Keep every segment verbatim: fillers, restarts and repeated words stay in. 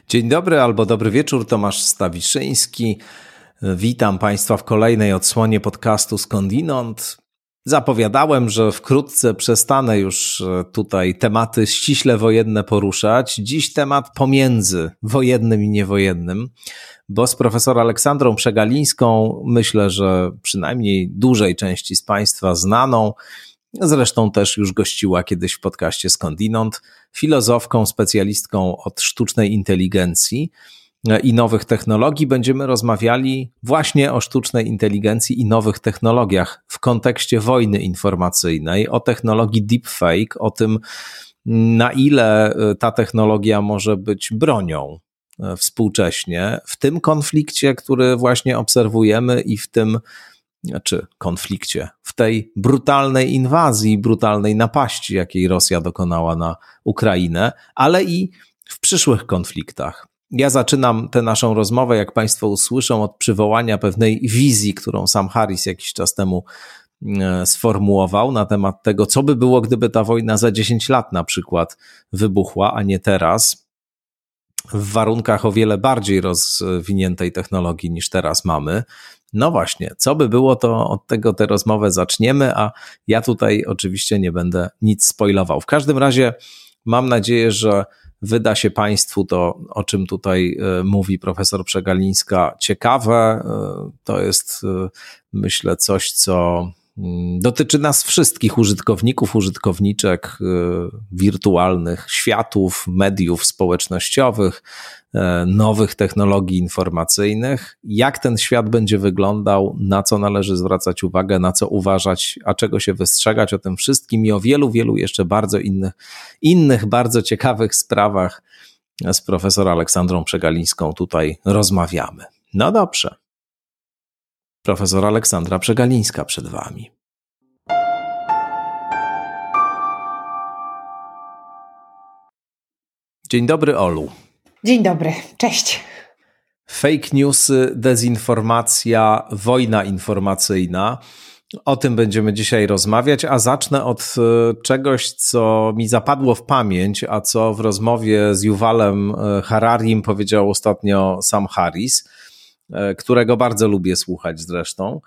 Dzień dobry albo dobry wieczór, Tomasz Stawiszyński. Witam Państwa w kolejnej odsłonie podcastu Skądinąd. Zapowiadałem, że wkrótce przestanę już tutaj tematy ściśle wojenne poruszać. Dziś temat pomiędzy wojennym i niewojennym, bo z profesor Aleksandrą Przegalińską, myślę, że przynajmniej dużej części z Państwa znaną, zresztą też już gościła kiedyś w podcaście Skądinąd, filozofką, specjalistką od sztucznej inteligencji i nowych technologii. Będziemy rozmawiali właśnie o sztucznej inteligencji i nowych technologiach w kontekście wojny informacyjnej, o technologii deepfake, o tym, na ile ta technologia może być bronią współcześnie w tym konflikcie, który właśnie obserwujemy i w tym czy konflikcie, w tej brutalnej inwazji, brutalnej napaści, jakiej Rosja dokonała na Ukrainę, ale i w przyszłych konfliktach. Ja zaczynam tę naszą rozmowę, jak Państwo usłyszą, od przywołania pewnej wizji, którą sam Harris jakiś czas temu sformułował na temat tego, co by było, gdyby ta wojna za dziesięć lat na przykład wybuchła, a nie teraz, w warunkach o wiele bardziej rozwiniętej technologii niż teraz mamy. No właśnie, co by było, to od tego tę rozmowę zaczniemy, a ja tutaj oczywiście nie będę nic spoilował. W każdym razie mam nadzieję, że wyda się Państwu to, o czym tutaj mówi profesor Przegalińska, ciekawe. To jest, myślę, coś, co dotyczy nas wszystkich użytkowników, użytkowniczek wirtualnych światów, mediów społecznościowych, nowych technologii informacyjnych. Jak ten świat będzie wyglądał, na co należy zwracać uwagę, na co uważać, a czego się wystrzegać, o tym wszystkim i o wielu, wielu jeszcze bardzo innych, innych bardzo ciekawych sprawach z profesor Aleksandrą Przegalińską tutaj rozmawiamy. No dobrze. Profesor Aleksandra Przegalińska przed Wami. Dzień dobry, Olu. Dzień dobry, cześć. Fake newsy, dezinformacja, wojna informacyjna. O tym będziemy dzisiaj rozmawiać, a zacznę od czegoś, co mi zapadło w pamięć, a co w rozmowie z Yuvalem Hararim powiedział ostatnio sam Harris, którego bardzo lubię słuchać zresztą.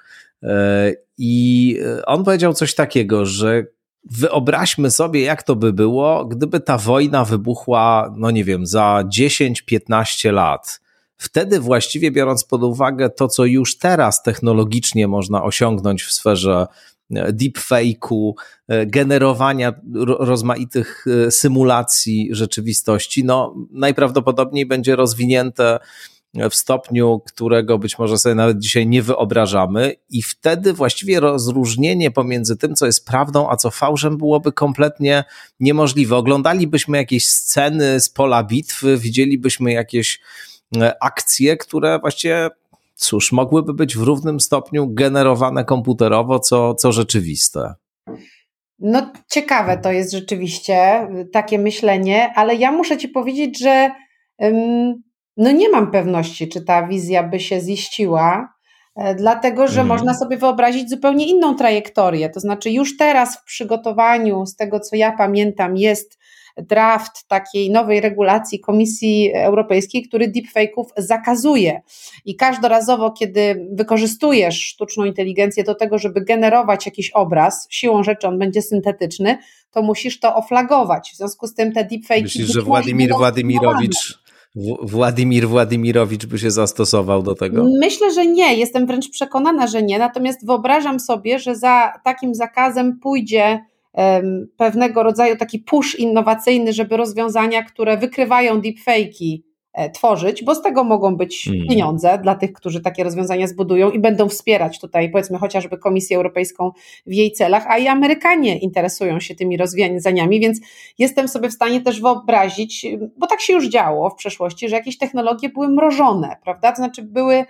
I on powiedział coś takiego, że wyobraźmy sobie, jak to by było, gdyby ta wojna wybuchła, no nie wiem, za dziesięć piętnaście lat. Wtedy właściwie, biorąc pod uwagę to, co już teraz technologicznie można osiągnąć w sferze deepfake'u, generowania rozmaitych symulacji rzeczywistości, no najprawdopodobniej będzie rozwinięte w stopniu, którego być może sobie nawet dzisiaj nie wyobrażamy, i wtedy właściwie rozróżnienie pomiędzy tym, co jest prawdą, a co fałszem, byłoby kompletnie niemożliwe. Oglądalibyśmy jakieś sceny z pola bitwy, widzielibyśmy jakieś akcje, które właściwie, cóż, mogłyby być w równym stopniu generowane komputerowo, co, co rzeczywiste. No ciekawe to jest rzeczywiście takie myślenie, ale ja muszę Ci powiedzieć, że um, no nie mam pewności, czy ta wizja by się ziściła, dlatego że mhm. można sobie wyobrazić zupełnie inną trajektorię. To znaczy już teraz w przygotowaniu, z tego co ja pamiętam, jest draft takiej nowej regulacji Komisji Europejskiej, który deepfake'ów zakazuje. I każdorazowo, kiedy wykorzystujesz sztuczną inteligencję do tego, żeby generować jakiś obraz, siłą rzeczy on będzie syntetyczny, to musisz to oflagować. W związku z tym te deepfake'i... Myślisz, że Władimir Władimirowicz... Władimir Władimirowicz by się zastosował do tego? Myślę, że nie. Jestem wręcz przekonana, że nie. Natomiast wyobrażam sobie, że za takim zakazem pójdzie um, pewnego rodzaju taki push innowacyjny, żeby rozwiązania, które wykrywają deepfake'i, e, tworzyć, bo z tego mogą być hmm. pieniądze dla tych, którzy takie rozwiązania zbudują i będą wspierać tutaj, powiedzmy, chociażby Komisję Europejską w jej celach, a i Amerykanie interesują się tymi rozwiązaniami, więc jestem sobie w stanie też wyobrazić, bo tak się już działo w przeszłości, że jakieś technologie były mrożone, prawda? To znaczy były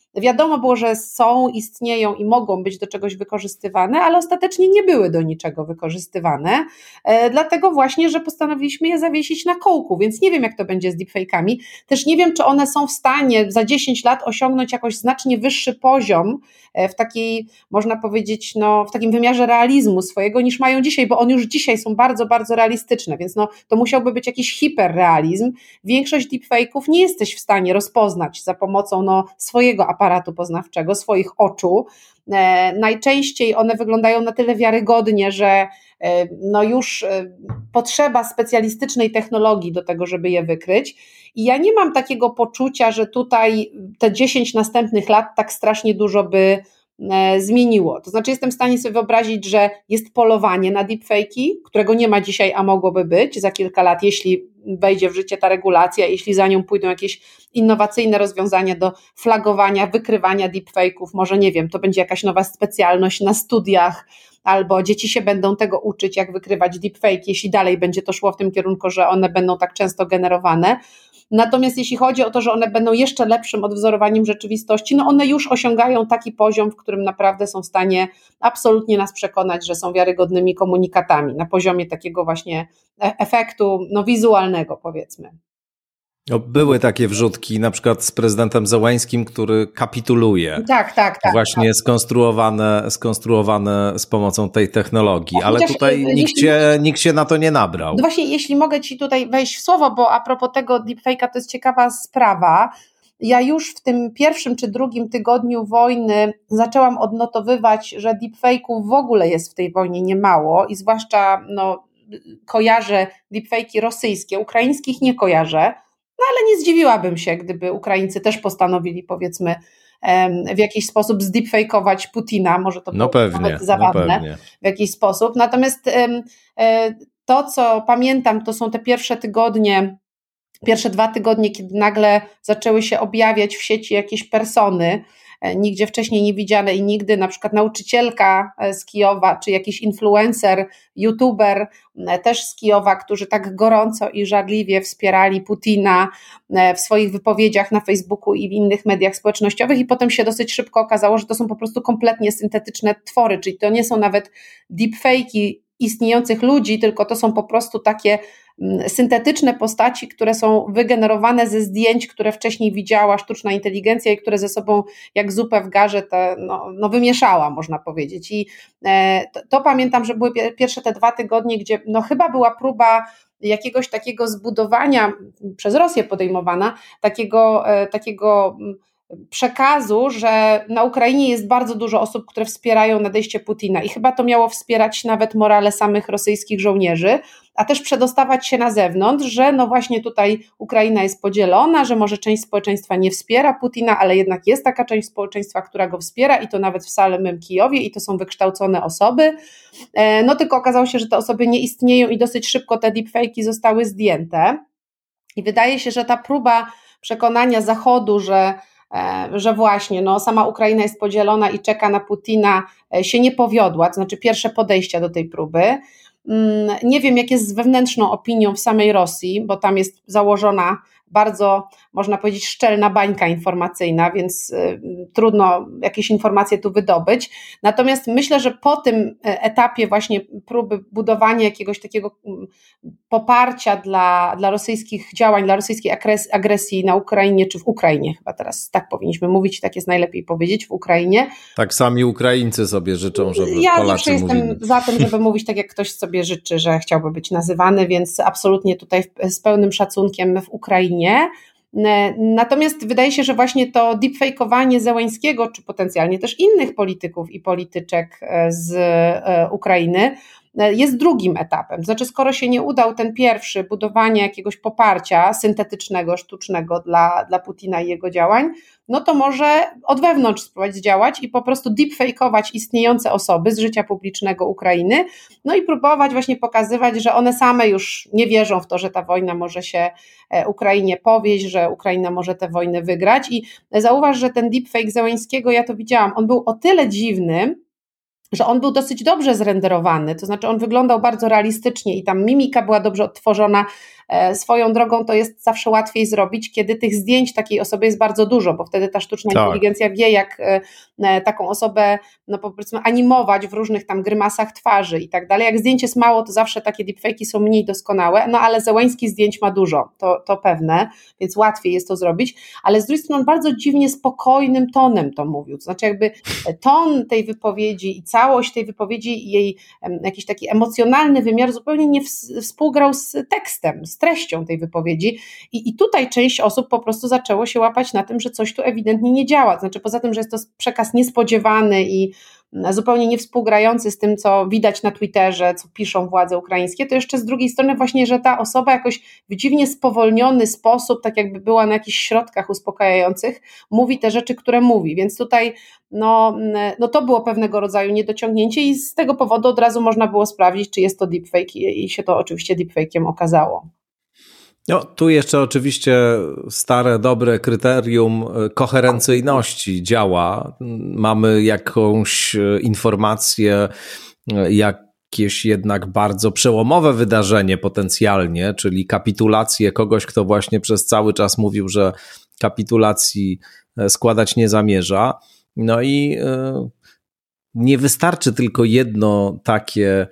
wiadomo było, że są, istnieją i mogą być do czegoś wykorzystywane, ale ostatecznie nie były do niczego wykorzystywane, dlatego właśnie, że postanowiliśmy je zawiesić na kołku, więc nie wiem, jak to będzie z deepfake'ami, też nie wiem, czy one są w stanie za dziesięć lat osiągnąć jakoś znacznie wyższy poziom w takiej, można powiedzieć, no, w takim wymiarze realizmu swojego, niż mają dzisiaj, bo one już dzisiaj są bardzo, bardzo realistyczne, więc no, to musiałby być jakiś hiperrealizm. Większość deepfake'ów nie jesteś w stanie rozpoznać za pomocą no, swojego aparatu poznawczego, swoich oczu. E, najczęściej one wyglądają na tyle wiarygodnie, że e, no już e, potrzeba specjalistycznej technologii do tego, żeby je wykryć. I ja nie mam takiego poczucia, że tutaj te dziesięć następnych lat tak strasznie dużo by e, zmieniło. To znaczy jestem w stanie sobie wyobrazić, że jest polowanie na deepfake'i, którego nie ma dzisiaj, a mogłoby być za kilka lat, jeśli wejdzie w życie ta regulacja, jeśli za nią pójdą jakieś innowacyjne rozwiązania do flagowania, wykrywania deepfake'ów, może nie wiem, to będzie jakaś nowa specjalność na studiach, albo dzieci się będą tego uczyć, jak wykrywać deepfake, jeśli dalej będzie to szło w tym kierunku, że one będą tak często generowane. Natomiast jeśli chodzi o to, że one będą jeszcze lepszym odwzorowaniem rzeczywistości, no one już osiągają taki poziom, w którym naprawdę są w stanie absolutnie nas przekonać, że są wiarygodnymi komunikatami, na poziomie takiego właśnie efektu no, wizualnego, powiedzmy. Były takie wrzutki, na przykład z prezydentem Zełeńskim, który kapituluje. Tak, tak, tak. Właśnie tak. Skonstruowane, skonstruowane z pomocą tej technologii, ale Chociaż, tutaj nikt się, nikt się na to nie nabrał. No właśnie, jeśli mogę Ci tutaj wejść w słowo, bo a propos tego deepfake'a, to jest ciekawa sprawa. Ja już w tym pierwszym czy drugim tygodniu wojny zaczęłam odnotowywać, że deepfake'ów w ogóle jest w tej wojnie niemało i zwłaszcza no, kojarzę deepfake'i rosyjskie, ukraińskich nie kojarzę. No ale nie zdziwiłabym się, gdyby Ukraińcy też postanowili, powiedzmy, w jakiś sposób zdeepfake'ować Putina, może to no było pewnie, nawet zabawne no pewnie. w jakiś sposób. Natomiast to, co pamiętam, to są te pierwsze tygodnie, pierwsze dwa tygodnie, kiedy nagle zaczęły się objawiać w sieci jakieś persony, nigdzie wcześniej nie widziane i nigdy, na przykład nauczycielka z Kijowa, czy jakiś influencer, youtuber też z Kijowa, którzy tak gorąco i żarliwie wspierali Putina w swoich wypowiedziach na Facebooku i w innych mediach społecznościowych i potem się dosyć szybko okazało, że to są po prostu kompletnie syntetyczne twory, czyli to nie są nawet deepfake'i istniejących ludzi, tylko to są po prostu takie syntetyczne postaci, które są wygenerowane ze zdjęć, które wcześniej widziała sztuczna inteligencja i które ze sobą jak zupę w garze te, no, no wymieszała, można powiedzieć. I e, to, to pamiętam, że były pierwsze te dwa tygodnie, gdzie no chyba była próba jakiegoś takiego zbudowania, przez Rosję podejmowana, takiego, e, takiego przekazu, że na Ukrainie jest bardzo dużo osób, które wspierają nadejście Putina i chyba to miało wspierać nawet morale samych rosyjskich żołnierzy, a też przedostawać się na zewnątrz, że no właśnie tutaj Ukraina jest podzielona, że może część społeczeństwa nie wspiera Putina, ale jednak jest taka część społeczeństwa, która go wspiera i to nawet w samym Kijowie i to są wykształcone osoby, no tylko okazało się, że te osoby nie istnieją i dosyć szybko te deepfake'i zostały zdjęte i wydaje się, że ta próba przekonania Zachodu, że że właśnie no, sama Ukraina jest podzielona i czeka na Putina, się nie powiodła, to znaczy pierwsze podejścia do tej próby. Nie wiem, jak jest z wewnętrzną opinią w samej Rosji, bo tam jest założona bardzo, można powiedzieć, szczelna bańka informacyjna, więc y, trudno jakieś informacje tu wydobyć. Natomiast myślę, że po tym etapie właśnie próby budowania jakiegoś takiego poparcia dla, dla rosyjskich działań, dla rosyjskiej agresji, agresji na Ukrainie, czy w Ukrainie, chyba teraz tak powinniśmy mówić, tak jest najlepiej powiedzieć, w Ukrainie. Tak sami Ukraińcy sobie życzą, żeby ja Polacy zawsze jestem mówili. za tym, żeby mówić tak, jak ktoś sobie życzy, że chciałby być nazywany, więc absolutnie tutaj z pełnym szacunkiem w Ukrainie. Natomiast wydaje się, że właśnie to deepfake'owanie Zełeńskiego, czy potencjalnie też innych polityków i polityczek z Ukrainy jest drugim etapem. To znaczy, skoro się nie udał ten pierwszy, budowanie jakiegoś poparcia syntetycznego, sztucznego dla, dla Putina i jego działań, no to może od wewnątrz spróbować działać i po prostu deepfake'ować istniejące osoby z życia publicznego Ukrainy, no i próbować właśnie pokazywać, że one same już nie wierzą w to, że ta wojna może się Ukrainie powieść, że Ukraina może tę wojnę wygrać. I zauważ, że ten deepfake Zełeńskiego, ja to widziałam, on był o tyle dziwny, że on był dosyć dobrze zrenderowany, to znaczy on wyglądał bardzo realistycznie i tam mimika była dobrze odtworzona. Swoją drogą to jest zawsze łatwiej zrobić, kiedy tych zdjęć takiej osoby jest bardzo dużo, bo wtedy ta sztuczna tak. inteligencja wie, jak taką osobę, no powiedzmy, animować w różnych tam grymasach twarzy i tak dalej. Jak zdjęć jest mało, to zawsze takie deepfake'i są mniej doskonałe, no ale Zełenski zdjęć ma dużo, to, to pewne, więc łatwiej jest to zrobić, ale z drugiej strony on bardzo dziwnie spokojnym tonem to mówił, to znaczy jakby ton tej wypowiedzi i całość tej wypowiedzi i jej jakiś taki emocjonalny wymiar zupełnie nie współgrał z tekstem, z treścią tej wypowiedzi i, i tutaj część osób po prostu zaczęło się łapać na tym, że coś tu ewidentnie nie działa, to znaczy poza tym, że jest to przekaz niespodziewany i zupełnie nie współgrający z tym, co widać na Twitterze, co piszą władze ukraińskie, to jeszcze z drugiej strony właśnie, że ta osoba jakoś w dziwnie spowolniony sposób, tak jakby była na jakichś środkach uspokajających, mówi te rzeczy, które mówi, więc tutaj no, no to było pewnego rodzaju niedociągnięcie i z tego powodu od razu można było sprawdzić, czy jest to deepfake i się to oczywiście deepfake'iem okazało. No, tu jeszcze oczywiście stare, dobre kryterium koherencyjności działa. Mamy jakąś informację, jakieś jednak bardzo przełomowe wydarzenie potencjalnie, czyli kapitulację kogoś, kto właśnie przez cały czas mówił, że kapitulacji składać nie zamierza. No i nie wystarczy tylko jedno takie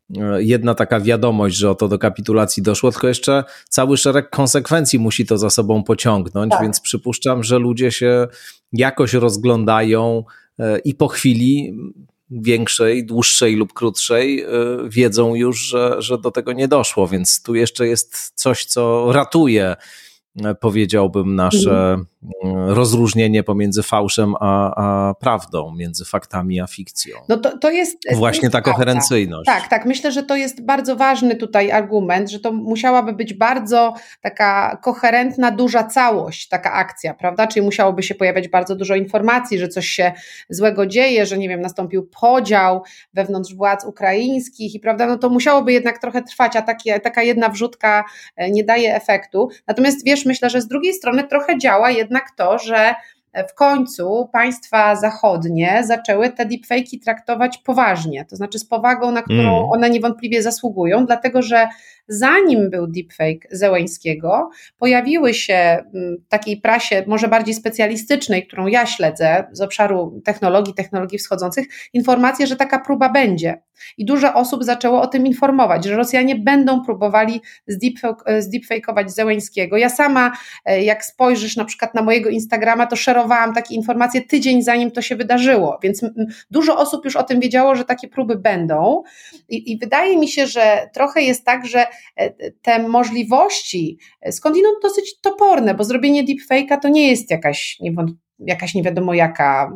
jedna taka wiadomość, że oto do kapitulacji doszło, tylko jeszcze cały szereg konsekwencji musi to za sobą pociągnąć, tak. Więc przypuszczam, że ludzie się jakoś rozglądają i po chwili większej, dłuższej lub krótszej wiedzą już, że, że do tego nie doszło, więc tu jeszcze jest coś, co ratuje, powiedziałbym, nasze mhm. rozróżnienie pomiędzy fałszem a, a prawdą, między faktami a fikcją. No to, to jest właśnie to jest ta koherencyjność. Tak, tak. Myślę, że to jest bardzo ważny tutaj argument, że to musiałaby być bardzo taka koherentna, duża całość, taka akcja, prawda? Czyli musiałoby się pojawiać bardzo dużo informacji, że coś się złego dzieje, że nie wiem, nastąpił podział wewnątrz władz ukraińskich i prawda, no to musiałoby jednak trochę trwać, a takie, taka jedna wrzutka nie daje efektu. Natomiast wiesz, myślę, że z drugiej strony trochę działa jednak to, że w końcu państwa zachodnie zaczęły te deepfake'i traktować poważnie, to znaczy z powagą, na którą mm. one niewątpliwie zasługują, dlatego że zanim był deepfake Zełenskiego, pojawiły się w takiej prasie może bardziej specjalistycznej, którą ja śledzę z obszaru technologii, technologii wschodzących, informacje, że taka próba będzie. I dużo osób zaczęło o tym informować, że Rosjanie będą próbowali zdeepfake'ować Zełenskiego. Ja sama, jak spojrzysz na przykład na mojego Instagrama, to szerowałam takie informacje tydzień zanim to się wydarzyło, więc dużo osób już o tym wiedziało, że takie próby będą i, i wydaje mi się, że trochę jest tak, że te możliwości skądinąd dosyć toporne, bo zrobienie deepfake'a to nie jest jakaś, nie, jakaś nie wiadomo jaka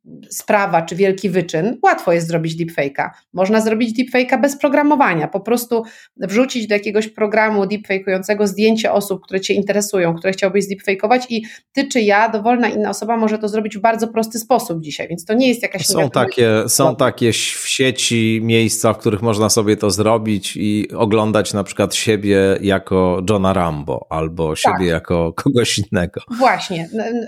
sprawa czy wielki wyczyn. Łatwo jest zrobić deepfake'a. Można zrobić deepfake'a bez programowania, po prostu wrzucić do jakiegoś programu deepfake'ującego zdjęcie osób, które Cię interesują, które chciałbyś zdeepfake'ować i Ty czy ja, dowolna inna osoba może to zrobić w bardzo prosty sposób dzisiaj, więc to nie jest jakaś... Są takie, są takie w sieci miejsca, w których można sobie to zrobić i oglądać na przykład siebie jako Johna Rambo albo siebie tak. jako kogoś innego. Właśnie.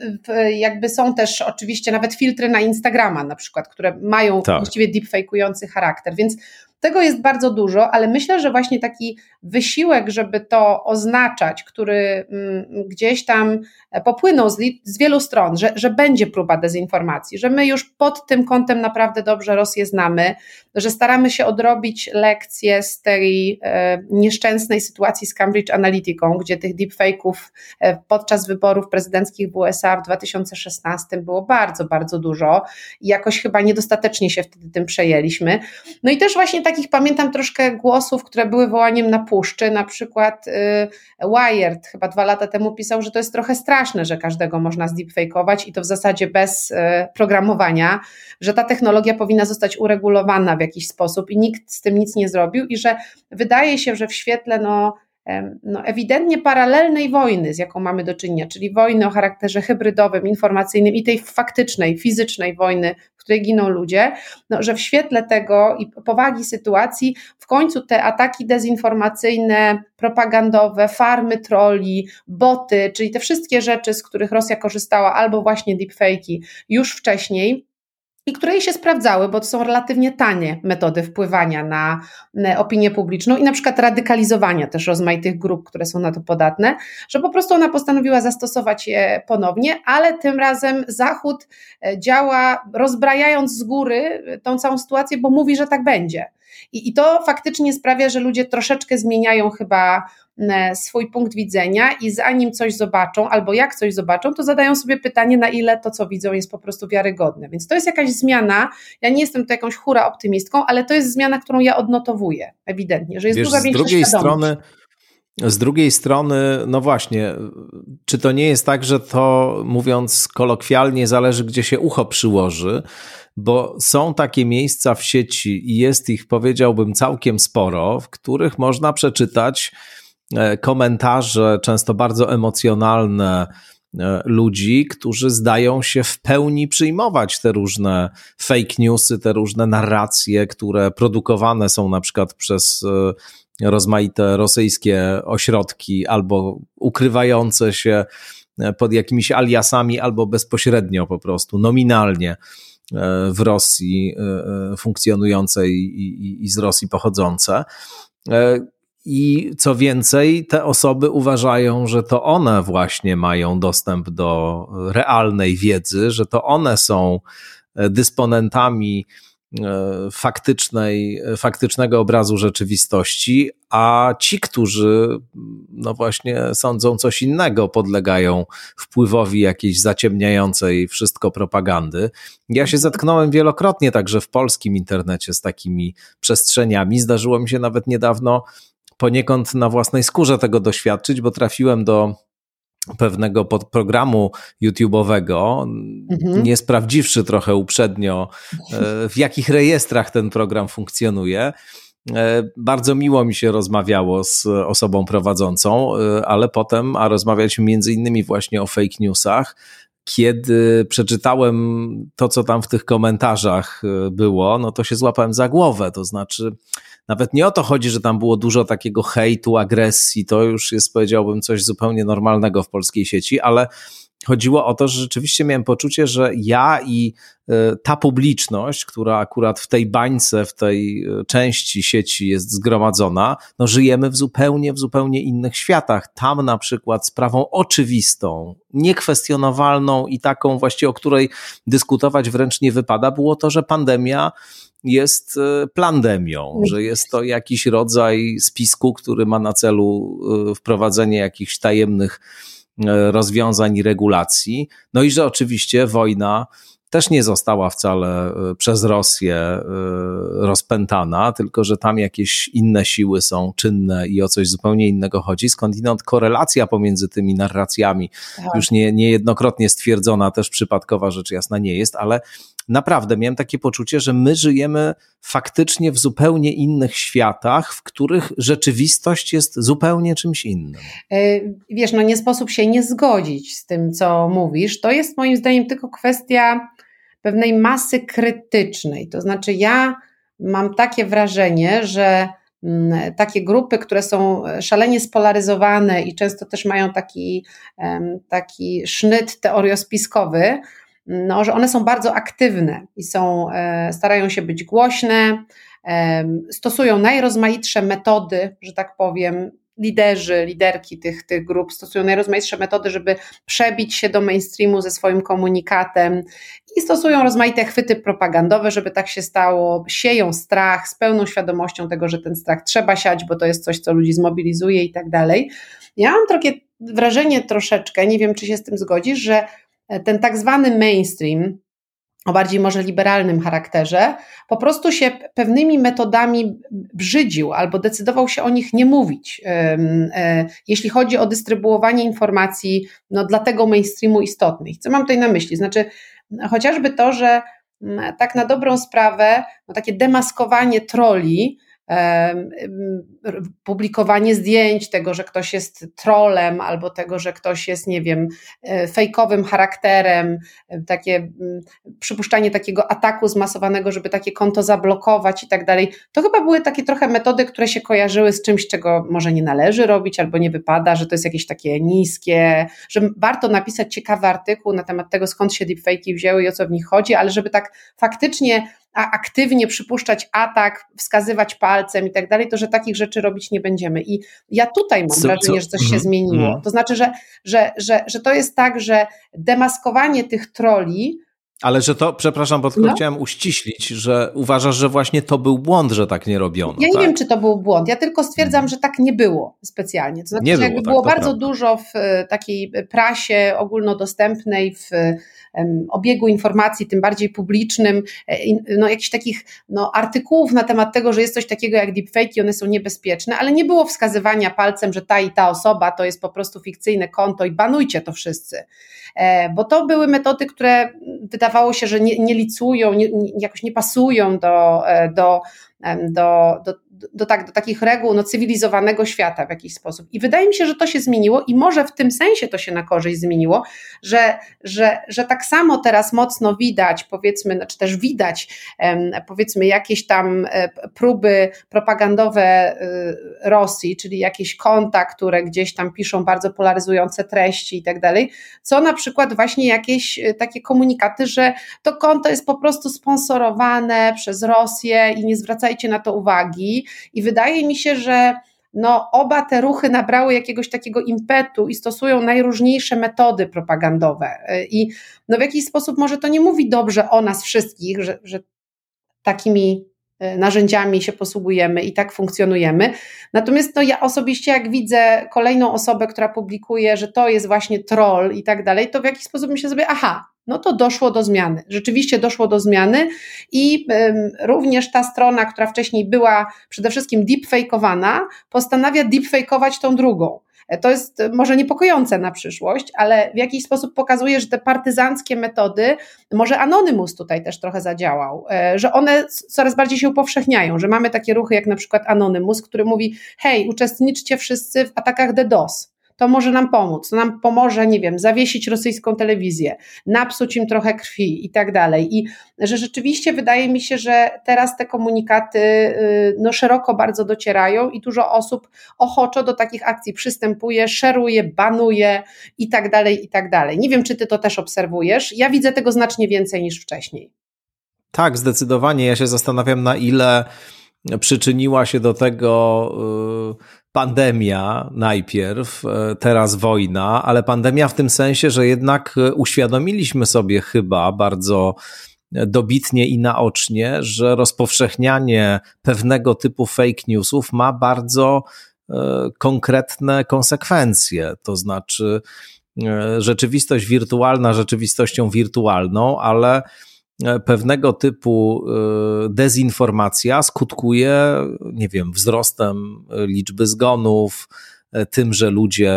Jakby są też oczywiście nawet filtry na Instagrama na przykład, które mają tak. właściwie deepfake'ujący charakter, więc tego jest bardzo dużo, ale myślę, że właśnie taki wysiłek, żeby to oznaczać, który gdzieś tam popłynął z, li- z wielu stron, że, że będzie próba dezinformacji, że my już pod tym kątem naprawdę dobrze Rosję znamy, że staramy się odrobić lekcje z tej e, nieszczęsnej sytuacji z Cambridge Analyticą, gdzie tych deepfake'ów e, podczas wyborów prezydenckich w U S A w dwa tysiące szesnastym było bardzo, bardzo dużo i jakoś chyba niedostatecznie się wtedy tym przejęliśmy. No i też właśnie takich pamiętam troszkę głosów, które były wołaniem na puszczy, na przykład y, Wired chyba dwa lata temu pisał, że to jest trochę straszne, że każdego można zdeepfake'ować i to w zasadzie bez y, programowania, że ta technologia powinna zostać uregulowana w jakiś sposób i nikt z tym nic nie zrobił i że wydaje się, że w świetle no, no ewidentnie paralelnej wojny, z jaką mamy do czynienia, czyli wojny o charakterze hybrydowym, informacyjnym i tej faktycznej, fizycznej wojny, w której giną ludzie, no, że w świetle tego i powagi sytuacji w końcu te ataki dezinformacyjne, propagandowe, farmy trolli, boty, czyli te wszystkie rzeczy, z których Rosja korzystała, albo właśnie deepfake'i już wcześniej, i które jej się sprawdzały, bo to są relatywnie tanie metody wpływania na opinię publiczną i na przykład radykalizowania też rozmaitych grup, które są na to podatne, że po prostu ona postanowiła zastosować je ponownie, ale tym razem Zachód działa rozbrajając z góry tą całą sytuację, bo mówi, że tak będzie. I, i to faktycznie sprawia, że ludzie troszeczkę zmieniają chyba swój punkt widzenia i zanim coś zobaczą, albo jak coś zobaczą, to zadają sobie pytanie, na ile to, co widzą, jest po prostu wiarygodne. Więc to jest jakaś zmiana, ja nie jestem tu jakąś hura optymistką, ale to jest zmiana, którą ja odnotowuję ewidentnie, że jest Wiesz, duża z większa drugiej świadomość. strony Z drugiej strony, no właśnie, czy to nie jest tak, że to, mówiąc kolokwialnie, zależy, gdzie się ucho przyłoży, bo są takie miejsca w sieci i jest ich, powiedziałbym, całkiem sporo, w których można przeczytać komentarze, często bardzo emocjonalne ludzi, którzy zdają się w pełni przyjmować te różne fake newsy, te różne narracje, które produkowane są na przykład przez rozmaite rosyjskie ośrodki albo ukrywające się pod jakimiś aliasami albo bezpośrednio po prostu, nominalnie w Rosji funkcjonujące i, i, i z Rosji pochodzące. I co więcej, te osoby uważają, że to one właśnie mają dostęp do realnej wiedzy, że to one są dysponentami faktycznej, faktycznego obrazu rzeczywistości, a ci, którzy no właśnie sądzą coś innego, podlegają wpływowi jakiejś zaciemniającej wszystko propagandy. Ja się zetknąłem wielokrotnie także w polskim internecie z takimi przestrzeniami. Zdarzyło mi się nawet niedawno poniekąd na własnej skórze tego doświadczyć, bo trafiłem do pewnego programu YouTube'owego, mhm. nie sprawdziwszy trochę uprzednio, w jakich rejestrach ten program funkcjonuje. Bardzo miło mi się rozmawiało z osobą prowadzącą, ale potem, a rozmawialiśmy między innymi właśnie o fake newsach, kiedy przeczytałem to, co tam w tych komentarzach było, no to się złapałem za głowę, to znaczy nawet nie o to chodzi, że tam było dużo takiego hejtu, agresji, to już jest, powiedziałbym, coś zupełnie normalnego w polskiej sieci, ale chodziło o to, że rzeczywiście miałem poczucie, że ja i ta publiczność, która akurat w tej bańce, w tej części sieci jest zgromadzona, no żyjemy w zupełnie, w zupełnie innych światach. Tam na przykład sprawą oczywistą, niekwestionowalną i taką właściwie, o której dyskutować wręcz nie wypada, było to, że pandemia jest plandemią, że jest to jakiś rodzaj spisku, który ma na celu wprowadzenie jakichś tajemnych rozwiązań i regulacji. No i że oczywiście wojna też nie została wcale przez Rosję rozpętana, tylko że tam jakieś inne siły są czynne i o coś zupełnie innego chodzi. Skądinąd korelacja pomiędzy tymi narracjami, tak. już nie, niejednokrotnie stwierdzona, też przypadkowa rzecz jasna nie jest, ale naprawdę miałem takie poczucie, że my żyjemy faktycznie w zupełnie innych światach, w których rzeczywistość jest zupełnie czymś innym. Wiesz, no nie sposób się nie zgodzić z tym, co mówisz. To jest moim zdaniem tylko kwestia pewnej masy krytycznej. To znaczy ja mam takie wrażenie, że takie grupy, które są szalenie spolaryzowane i często też mają taki, taki sznyt teoriospiskowy, no, że one są bardzo aktywne i są, starają się być głośne, stosują najrozmaitsze metody, że tak powiem, liderzy, liderki tych, tych grup stosują najrozmaitsze metody, żeby przebić się do mainstreamu ze swoim komunikatem i stosują rozmaite chwyty propagandowe, żeby tak się stało, sieją strach z pełną świadomością tego, że ten strach trzeba siać, bo to jest coś, co ludzi zmobilizuje i tak dalej. Ja mam takie wrażenie troszeczkę, nie wiem, czy się z tym zgodzisz, że ten tak zwany mainstream, o bardziej może liberalnym charakterze, po prostu się pewnymi metodami brzydził albo decydował się o nich nie mówić, jeśli chodzi o dystrybuowanie informacji no, dla tego mainstreamu istotnych. Co mam tutaj na myśli? Znaczy chociażby to, że tak na dobrą sprawę no, takie demaskowanie trolli publikowanie zdjęć tego, że ktoś jest trollem albo tego, że ktoś jest, nie wiem, fejkowym charakterem, takie przypuszczanie takiego ataku zmasowanego, żeby takie konto zablokować i tak dalej. To chyba były takie trochę metody, które się kojarzyły z czymś, czego może nie należy robić albo nie wypada, że to jest jakieś takie niskie, że warto napisać ciekawy artykuł na temat tego, skąd się deepfake'i wzięły i o co w nich chodzi, ale żeby tak faktycznie a aktywnie przypuszczać atak, wskazywać palcem i tak dalej, to że takich rzeczy robić nie będziemy. I ja tutaj mam co, wrażenie, co? że coś się mm, zmieniło. Mm. To znaczy, że, że, że, że to jest tak, że demaskowanie tych trolli. Ale że to, przepraszam, bo tylko no. chciałem uściślić, że uważasz, że właśnie to był błąd, że tak nie robiono. Ja nie tak? wiem, czy to był błąd. Ja tylko stwierdzam, hmm. że tak nie było specjalnie. To znaczy, nie że było, jakby tak, było bardzo prawda. dużo w takiej prasie ogólnodostępnej, w um, obiegu informacji, tym bardziej publicznym, no jakichś takich no, artykułów na temat tego, że jest coś takiego jak deepfake i one są niebezpieczne, ale nie było wskazywania palcem, że ta i ta osoba to jest po prostu fikcyjne konto i banujcie to wszyscy. Bo to były metody, które wydawało się, że nie, nie licują, nie, nie, jakoś nie pasują do, do, do, do, do, tak, do takich reguł no, cywilizowanego świata w jakiś sposób. I wydaje mi się, że to się zmieniło i może w tym sensie to się na korzyść zmieniło, że, że, że tak samo teraz mocno widać, powiedzmy, znaczy też widać powiedzmy jakieś tam próby propagandowe Rosji, czyli jakieś konta, które gdzieś tam piszą bardzo polaryzujące treści i tak dalej, co na przykład właśnie jakieś takie komunikaty, że to konto jest po prostu sponsorowane przez Rosję i nie zwracajcie na to uwagi. I wydaje mi się, że no, oba te ruchy nabrały jakiegoś takiego impetu i stosują najróżniejsze metody propagandowe. I no, w jakiś sposób może to nie mówi dobrze o nas wszystkich, że, że takimi narzędziami się posługujemy i tak funkcjonujemy. Natomiast no, ja osobiście jak widzę kolejną osobę, która publikuje, że to jest właśnie troll i tak dalej, to w jakiś sposób myślę sobie, aha, no to doszło do zmiany. Rzeczywiście doszło do zmiany i ym, również ta strona, która wcześniej była przede wszystkim deepfake'owana, postanawia deepfake'ować tą drugą. To jest może niepokojące na przyszłość, ale w jakiś sposób pokazuje, że te partyzanckie metody, może Anonymous tutaj też trochę zadziałał, że one coraz bardziej się upowszechniają, że mamy takie ruchy jak na przykład Anonymous, który mówi, hej, uczestniczcie wszyscy w atakach DDoS. To może nam pomóc, to nam pomoże, nie wiem, zawiesić rosyjską telewizję, napsuć im trochę krwi i tak dalej. I że rzeczywiście wydaje mi się, że teraz te komunikaty no, szeroko bardzo docierają i dużo osób ochoczo do takich akcji przystępuje, szeruje, banuje i tak dalej, i tak dalej. Nie wiem, czy ty to też obserwujesz. Ja widzę tego znacznie więcej niż wcześniej. Tak, zdecydowanie. Ja się zastanawiam, na ile przyczyniła się do tego pandemia najpierw, teraz wojna, ale pandemia w tym sensie, że jednak uświadomiliśmy sobie chyba bardzo dobitnie i naocznie, że rozpowszechnianie pewnego typu fake newsów ma bardzo konkretne konsekwencje, to znaczy rzeczywistość wirtualna rzeczywistością wirtualną, ale pewnego typu dezinformacja skutkuje, nie wiem, wzrostem liczby zgonów, tym, że ludzie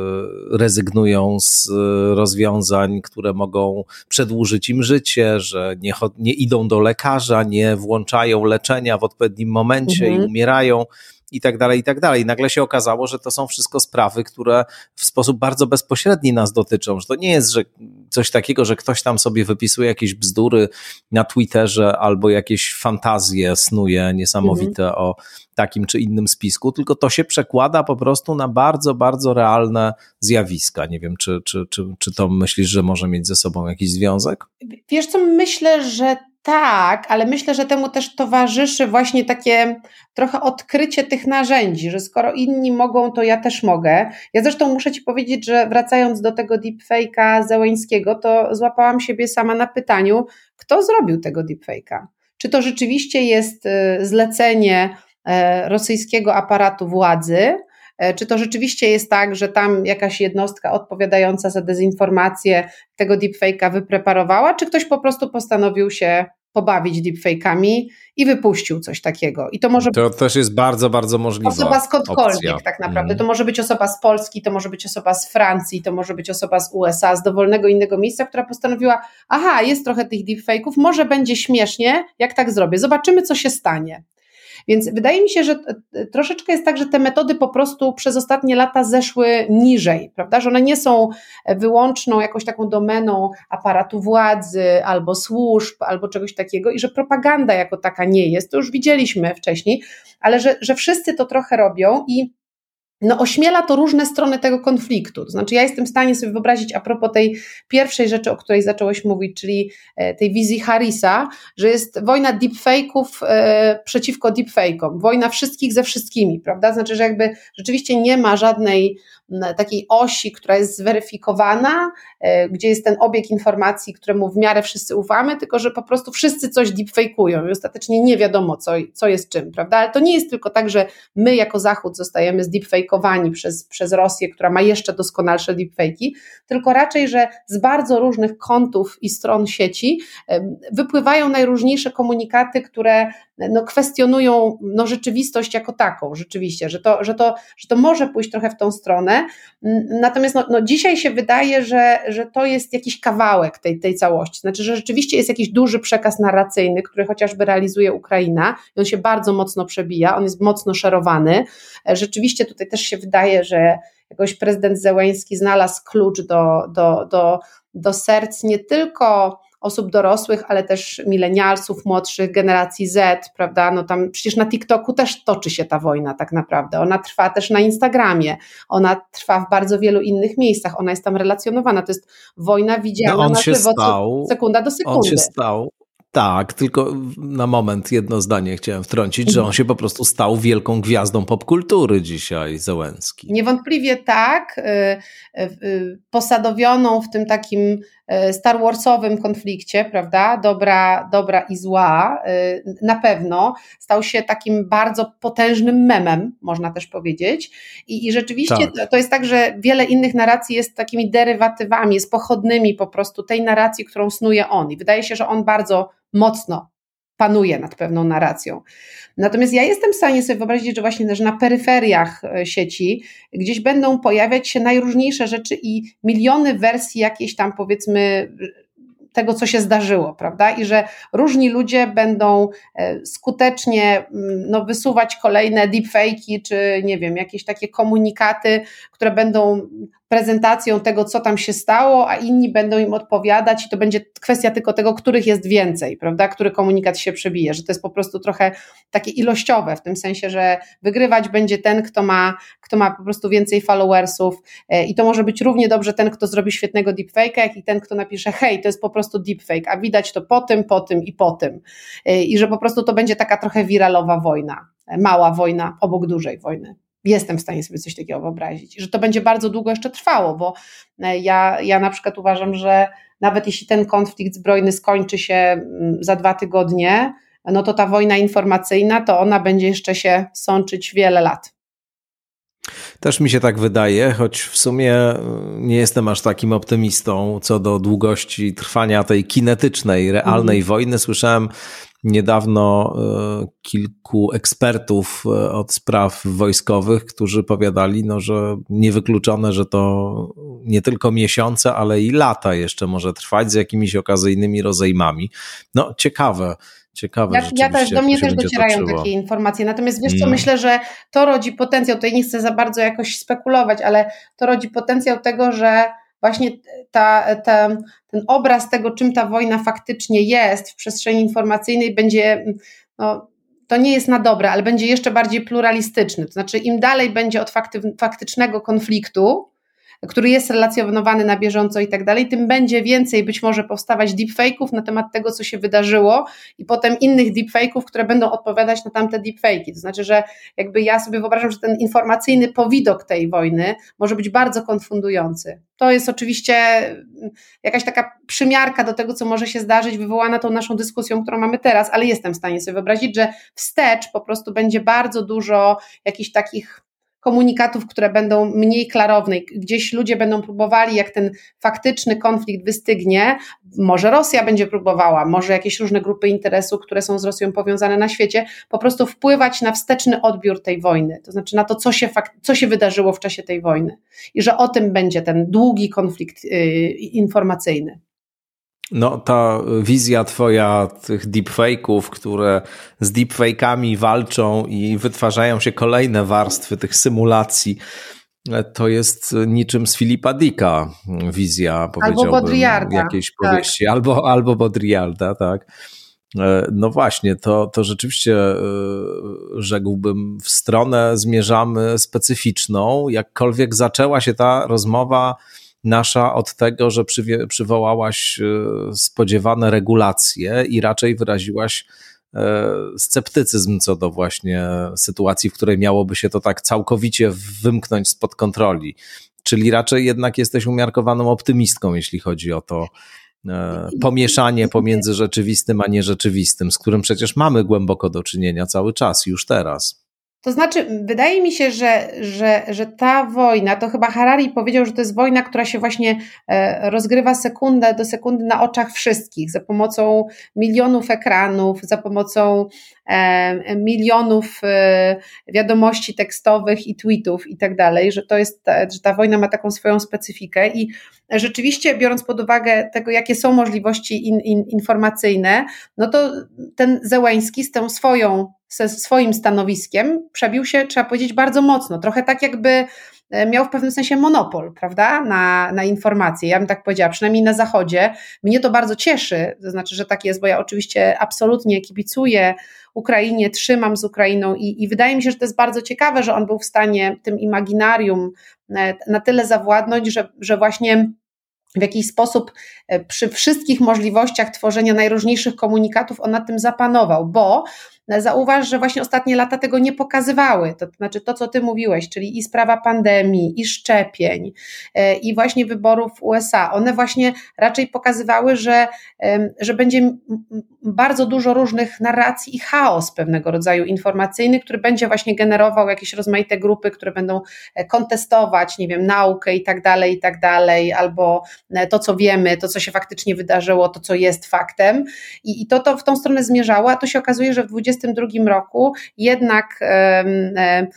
rezygnują z rozwiązań, które mogą przedłużyć im życie, że nie, nie idą do lekarza, nie włączają leczenia w odpowiednim momencie mhm. i umierają. I tak dalej, i tak dalej. Nagle się okazało, że to są wszystko sprawy, które w sposób bardzo bezpośredni nas dotyczą, że to nie jest że coś takiego, że ktoś tam sobie wypisuje jakieś bzdury na Twitterze albo jakieś fantazje snuje niesamowite mhm. o takim czy innym spisku, tylko to się przekłada po prostu na bardzo, bardzo realne zjawiska. Nie wiem, czy, czy, czy, czy to myślisz, że może mieć ze sobą jakiś związek? Wiesz co, myślę, że tak, ale myślę, że temu też towarzyszy właśnie takie trochę odkrycie tych narzędzi, że skoro inni mogą, to ja też mogę. Ja zresztą muszę Ci powiedzieć, że wracając do tego deepfake'a Zełeńskiego, to złapałam siebie sama na pytaniu, kto zrobił tego deepfake'a? Czy to rzeczywiście jest zlecenie rosyjskiego aparatu władzy, czy to rzeczywiście jest tak, że tam jakaś jednostka odpowiadająca za dezinformację tego deepfake'a wypreparowała, czy ktoś po prostu postanowił się pobawić deepfake'ami i wypuścił coś takiego. I to może to też jest bardzo, bardzo możliwe. Osoba skądkolwiek tak naprawdę. Mm. To może być osoba z Polski, to może być osoba z Francji, to może być osoba z U S A, z dowolnego innego miejsca, która postanowiła, aha, jest trochę tych deepfake'ów, może będzie śmiesznie, jak tak zrobię. Zobaczymy, co się stanie. Więc wydaje mi się, że troszeczkę jest tak, że te metody po prostu przez ostatnie lata zeszły niżej, prawda, że one nie są wyłączną jakąś taką domeną aparatu władzy albo służb, albo czegoś takiego i że propaganda jako taka nie jest, to już widzieliśmy wcześniej, ale że, że wszyscy to trochę robią i no ośmiela to różne strony tego konfliktu. To znaczy ja jestem w stanie sobie wyobrazić a propos tej pierwszej rzeczy, o której zacząłeś mówić, czyli tej wizji Harrisa, że jest wojna deepfake'ów e, przeciwko deepfake'om, wojna wszystkich ze wszystkimi, prawda? Znaczy, że jakby rzeczywiście nie ma żadnej takiej osi, która jest zweryfikowana, e, gdzie jest ten obieg informacji, któremu w miarę wszyscy ufamy, tylko że po prostu wszyscy coś deepfake'ują i ostatecznie nie wiadomo, co, co jest czym, prawda? Ale to nie jest tylko tak, że my jako Zachód zostajemy zdeepfake'owani przez, przez Rosję, która ma jeszcze doskonalsze deepfake'i, tylko raczej, że z bardzo różnych kątów i stron sieci e, wypływają najróżniejsze komunikaty, które no, kwestionują no, rzeczywistość jako taką, rzeczywiście, że to, że, to, że to może pójść trochę w tą stronę, natomiast no, no, dzisiaj się wydaje, że, że to jest jakiś kawałek tej, tej całości, znaczy, że rzeczywiście jest jakiś duży przekaz narracyjny, który chociażby realizuje Ukraina i on się bardzo mocno przebija, on jest mocno szerowany, rzeczywiście tutaj też się wydaje, że jakoś prezydent Zełenski znalazł klucz do, do, do, do serc nie tylko osób dorosłych, ale też milenialsów, młodszych, generacji Z, prawda, no tam przecież na TikToku też toczy się ta wojna tak naprawdę, ona trwa też na Instagramie, ona trwa w bardzo wielu innych miejscach, ona jest tam relacjonowana, to jest wojna widziana no on na się żywo, stał, sekunda do sekundy. On się stał, tak, tylko na moment jedno zdanie chciałem wtrącić, że on się po prostu stał wielką gwiazdą popkultury dzisiaj, Zełenski. Niewątpliwie tak, posadowioną w tym takim Star Warsowym konflikcie, prawda, dobra, dobra i zła, na pewno stał się takim bardzo potężnym memem, można też powiedzieć i, i rzeczywiście tak. To jest tak, że wiele innych narracji jest takimi derywatywami, jest pochodnymi po prostu tej narracji, którą snuje on i wydaje się, że on bardzo mocno panuje nad pewną narracją. Natomiast ja jestem w stanie sobie wyobrazić, że właśnie też na peryferiach sieci gdzieś będą pojawiać się najróżniejsze rzeczy i miliony wersji jakiejś tam powiedzmy tego, co się zdarzyło, prawda? I że różni ludzie będą skutecznie no, wysuwać kolejne deepfake'i, czy nie wiem, jakieś takie komunikaty, które będą prezentacją tego, co tam się stało, a inni będą im odpowiadać i to będzie kwestia tylko tego, których jest więcej, prawda, który komunikat się przebije, że to jest po prostu trochę takie ilościowe, w tym sensie, że wygrywać będzie ten, kto ma, kto ma po prostu więcej followersów i to może być równie dobrze ten, kto zrobi świetnego deepfake'a, jak i ten, kto napisze hej, to jest po prostu deepfake, a widać to po tym, po tym i po tym i że po prostu to będzie taka trochę wiralowa wojna, mała wojna obok dużej wojny. Jestem w stanie sobie coś takiego wyobrazić, że to będzie bardzo długo jeszcze trwało, bo ja, ja na przykład uważam, że nawet jeśli ten konflikt zbrojny skończy się za dwa tygodnie, no to ta wojna informacyjna, to ona będzie jeszcze się sączyć wiele lat. Też mi się tak wydaje, choć w sumie nie jestem aż takim optymistą co do długości trwania tej kinetycznej, realnej mm. wojny. Słyszałem niedawno kilku ekspertów od spraw wojskowych, którzy powiadali, no, że niewykluczone, że to nie tylko miesiące, ale i lata jeszcze może trwać z jakimiś okazyjnymi rozejmami. No ciekawe. Ciekawe, ja, ja też, do mnie też docierają toczyło. Takie informacje, natomiast wiesz co, mm. myślę, że to rodzi potencjał, tutaj nie chcę za bardzo jakoś spekulować, ale to rodzi potencjał tego, że właśnie ta, ta, ten obraz tego, czym ta wojna faktycznie jest w przestrzeni informacyjnej będzie, no, to nie jest na dobre, ale będzie jeszcze bardziej pluralistyczny, to znaczy im dalej będzie od fakty, faktycznego konfliktu, który jest relacjonowany na bieżąco i tak dalej, tym będzie więcej być może powstawać deepfake'ów na temat tego, co się wydarzyło i potem innych deepfake'ów, które będą odpowiadać na tamte deepfake'i. To znaczy, że jakby ja sobie wyobrażam, że ten informacyjny powidok tej wojny może być bardzo konfundujący. To jest oczywiście jakaś taka przymiarka do tego, co może się zdarzyć, wywołana tą naszą dyskusją, którą mamy teraz, ale jestem w stanie sobie wyobrazić, że wstecz po prostu będzie bardzo dużo jakichś takich komunikatów, które będą mniej klarowne. Gdzieś ludzie będą próbowali, jak ten faktyczny konflikt wystygnie, może Rosja będzie próbowała, może jakieś różne grupy interesu, które są z Rosją powiązane na świecie, po prostu wpływać na wsteczny odbiór tej wojny, to znaczy na to, co się, fakt, co się wydarzyło w czasie tej wojny i że o tym będzie ten długi konflikt yy, informacyjny. No ta wizja twoja tych deepfake'ów, które z deepfake'ami walczą i wytwarzają się kolejne warstwy tych symulacji, to jest niczym z Philippa Dicka wizja, powiedziałbym, albo Baudrillarda, jakiejś powieści, tak. albo, albo Baudrillarda, tak. No właśnie, to, to rzeczywiście rzekłbym w stronę zmierzamy specyficzną, jakkolwiek zaczęła się ta rozmowa nasza od tego, że przywie, przywołałaś spodziewane regulacje i raczej wyraziłaś sceptycyzm co do właśnie sytuacji, w której miałoby się to tak całkowicie wymknąć spod kontroli. Czyli raczej jednak jesteś umiarkowaną optymistką, jeśli chodzi o to pomieszanie pomiędzy rzeczywistym a nierzeczywistym, z którym przecież mamy głęboko do czynienia cały czas, już teraz. To znaczy, wydaje mi się, że, że, że ta wojna, to chyba Harari powiedział, że to jest wojna, która się właśnie rozgrywa sekundę do sekundy na oczach wszystkich, za pomocą milionów ekranów, za pomocą e, milionów e, wiadomości tekstowych i tweetów i tak dalej, że to jest, że ta wojna ma taką swoją specyfikę i rzeczywiście, biorąc pod uwagę tego, jakie są możliwości in, in, informacyjne, no to ten Zełenski z tą swoją, ze swoim stanowiskiem przebił się, trzeba powiedzieć, bardzo mocno. Trochę tak jakby miał w pewnym sensie monopol, prawda, na, na informacje. Ja bym tak powiedziała, przynajmniej na Zachodzie. Mnie to bardzo cieszy, to znaczy, że tak jest, bo ja oczywiście absolutnie kibicuję Ukrainie, trzymam z Ukrainą i, i wydaje mi się, że to jest bardzo ciekawe, że on był w stanie tym imaginarium na tyle zawładnąć, że, że właśnie w jakiś sposób przy wszystkich możliwościach tworzenia najróżniejszych komunikatów on nad tym zapanował, bo zauważ, że właśnie ostatnie lata tego nie pokazywały, to znaczy to, co ty mówiłeś, czyli i sprawa pandemii, i szczepień, i właśnie wyborów w U S A, one właśnie raczej pokazywały, że, że będzie bardzo dużo różnych narracji i chaos pewnego rodzaju informacyjny, który będzie właśnie generował jakieś rozmaite grupy, które będą kontestować, nie wiem, naukę i tak dalej, i tak dalej, albo to, co wiemy, to, co się faktycznie wydarzyło, to, co jest faktem i, i to, to w tą stronę zmierzało, a to się okazuje, że w dwudziestym drugim roku jednak e, e,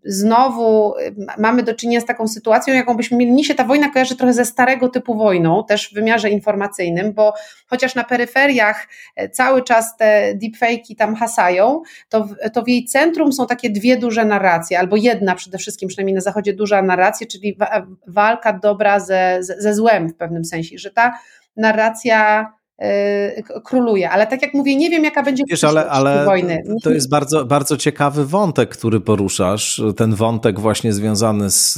znowu mamy do czynienia z taką sytuacją, jaką byśmy mieli. Mnie się ta wojna kojarzy trochę ze starego typu wojną, też w wymiarze informacyjnym, bo chociaż na peryferiach cały czas te deepfake'i tam hasają, to w, to w jej centrum są takie dwie duże narracje, albo jedna przede wszystkim, przynajmniej na Zachodzie duża narracja, czyli wa- walka dobra ze, ze, ze złem w pewnym sensie, że ta narracja króluje, ale tak jak mówię, nie wiem, jaka będzie Wiesz, ale, ale wojny. To jest bardzo, bardzo ciekawy wątek, który poruszasz, ten wątek właśnie związany z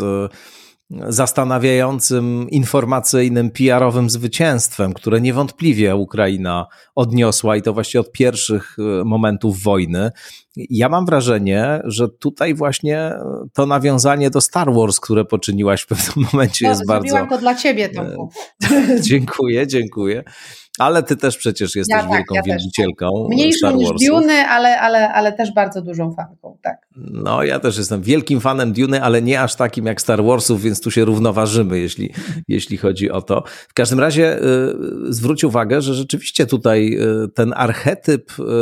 zastanawiającym informacyjnym, P R-owym zwycięstwem, które niewątpliwie Ukraina odniosła i to właściwie od pierwszych momentów wojny. Ja mam wrażenie, że tutaj właśnie to nawiązanie do Star Wars, które poczyniłaś w pewnym momencie, no, jest bardzo... Zrobiłam to dla ciebie, Tomku. Dziękuję, dziękuję. Ale ty też przecież jesteś ja wielką tak, ja wielbicielką też. Mniejszą niż Duny, ale, ale, ale też bardzo dużą fanką, tak. No ja też jestem wielkim fanem Duny, ale nie aż takim jak Star Warsów, więc tu się równoważymy, jeśli, jeśli chodzi o to. W każdym razie y, zwróć uwagę, że rzeczywiście tutaj y, ten archetyp y,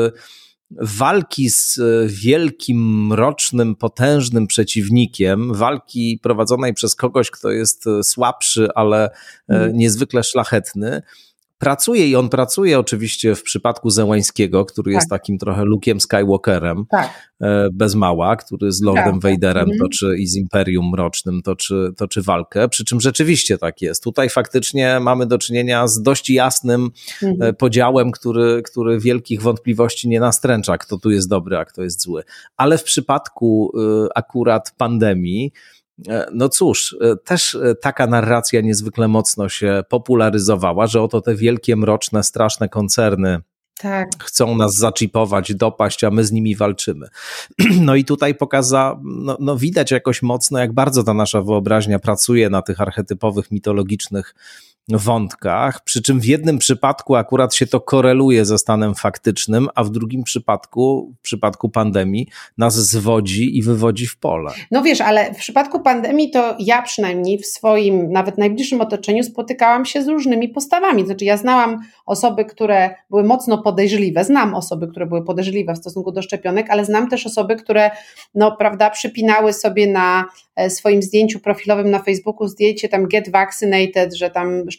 walki z wielkim, mrocznym, potężnym przeciwnikiem, walki prowadzonej przez kogoś, kto jest słabszy, ale mm. niezwykle szlachetny, pracuje i on pracuje oczywiście w przypadku Zełańskiego, który tak. jest takim trochę Luke'em Skywalkerem, tak. bez mała, który z Lordem tak, Vaderem tak. toczy i z Imperium Mrocznym toczy, toczy walkę, przy czym rzeczywiście tak jest. Tutaj faktycznie mamy do czynienia z dość jasnym mhm. podziałem, który, który wielkich wątpliwości nie nastręcza, kto tu jest dobry, a kto jest zły. Ale w przypadku akurat pandemii, no cóż, też taka narracja niezwykle mocno się popularyzowała, że oto te wielkie, mroczne, straszne koncerny tak. chcą nas zaczipować, dopaść, a my z nimi walczymy. No i tutaj pokaza, no, no widać jakoś mocno, jak bardzo ta nasza wyobraźnia pracuje na tych archetypowych, mitologicznych wątkach, przy czym w jednym przypadku akurat się to koreluje ze stanem faktycznym, a w drugim przypadku, w przypadku pandemii, nas zwodzi i wywodzi w pole. No wiesz, ale w przypadku pandemii to ja przynajmniej w swoim nawet najbliższym otoczeniu spotykałam się z różnymi postawami. Znaczy ja znałam osoby, które były mocno podejrzliwe, znam osoby, które były podejrzliwe w stosunku do szczepionek, ale znam też osoby, które no prawda, przypinały sobie na swoim zdjęciu profilowym na Facebooku zdjęcie tam get vaccinated, że tam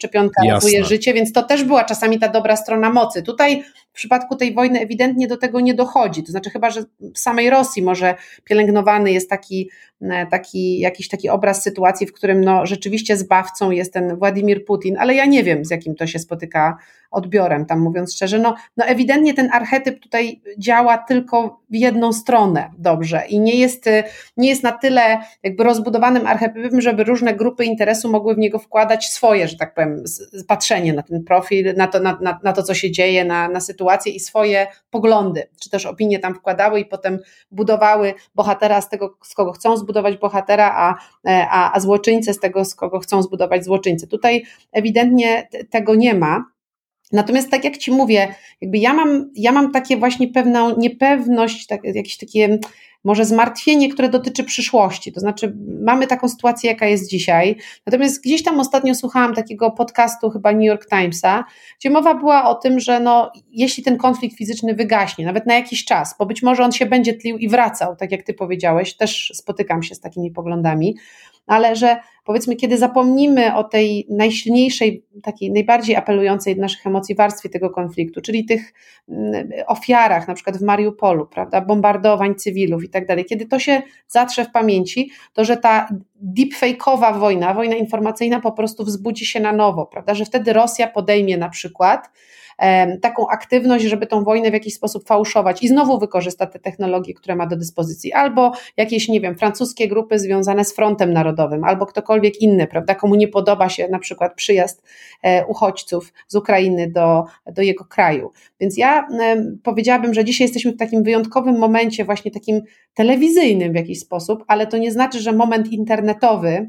szczepionka Jasne. ratuje życie, więc to też była czasami ta dobra strona mocy. Tutaj w przypadku tej wojny ewidentnie do tego nie dochodzi, to znaczy chyba, że w samej Rosji może pielęgnowany jest taki, taki jakiś taki obraz sytuacji, w którym no rzeczywiście zbawcą jest ten Władimir Putin, ale ja nie wiem, z jakim to się spotyka odbiorem, tam mówiąc szczerze, no, no ewidentnie ten archetyp tutaj działa tylko w jedną stronę dobrze i nie jest, nie jest na tyle jakby rozbudowanym archetypem, żeby różne grupy interesu mogły w niego wkładać swoje, że tak powiem, patrzenie na ten profil, na to, na, na, na to co się dzieje, na, na sytuację i swoje poglądy, czy też opinie tam wkładały i potem budowały bohatera z tego, z kogo chcą zbudować bohatera, a, a, a złoczyńcę z tego, z kogo chcą zbudować złoczyńcę. Tutaj ewidentnie t- tego nie ma. Natomiast tak jak Ci mówię, jakby ja mam, ja mam takie właśnie pewną niepewność, tak, jakieś takie może zmartwienie, które dotyczy przyszłości, to znaczy mamy taką sytuację, jaka jest dzisiaj, natomiast gdzieś tam ostatnio słuchałam takiego podcastu chyba New York Timesa, gdzie mowa była o tym, że no, jeśli ten konflikt fizyczny wygaśnie, nawet na jakiś czas, bo być może on się będzie tlił i wracał, tak jak Ty powiedziałeś, też spotykam się z takimi poglądami, ale że powiedzmy, kiedy zapomnimy o tej najsilniejszej, takiej najbardziej apelującej do naszych emocji warstwie tego konfliktu, czyli tych ofiarach, na przykład w Mariupolu, prawda, bombardowań cywilów i tak dalej, kiedy to się zatrze w pamięci, to że ta deepfake'owa wojna, wojna informacyjna po prostu wzbudzi się na nowo, prawda, że wtedy Rosja podejmie na przykład taką aktywność, żeby tą wojnę w jakiś sposób fałszować i znowu wykorzysta te technologie, które ma do dyspozycji, albo jakieś, nie wiem, francuskie grupy związane z Frontem Narodowym, albo ktokolwiek inny, prawda, komu nie podoba się na przykład przyjazd uchodźców z Ukrainy do, do jego kraju. Więc ja powiedziałabym, że dzisiaj jesteśmy w takim wyjątkowym momencie, właśnie takim telewizyjnym w jakiś sposób, ale to nie znaczy, że moment internetowy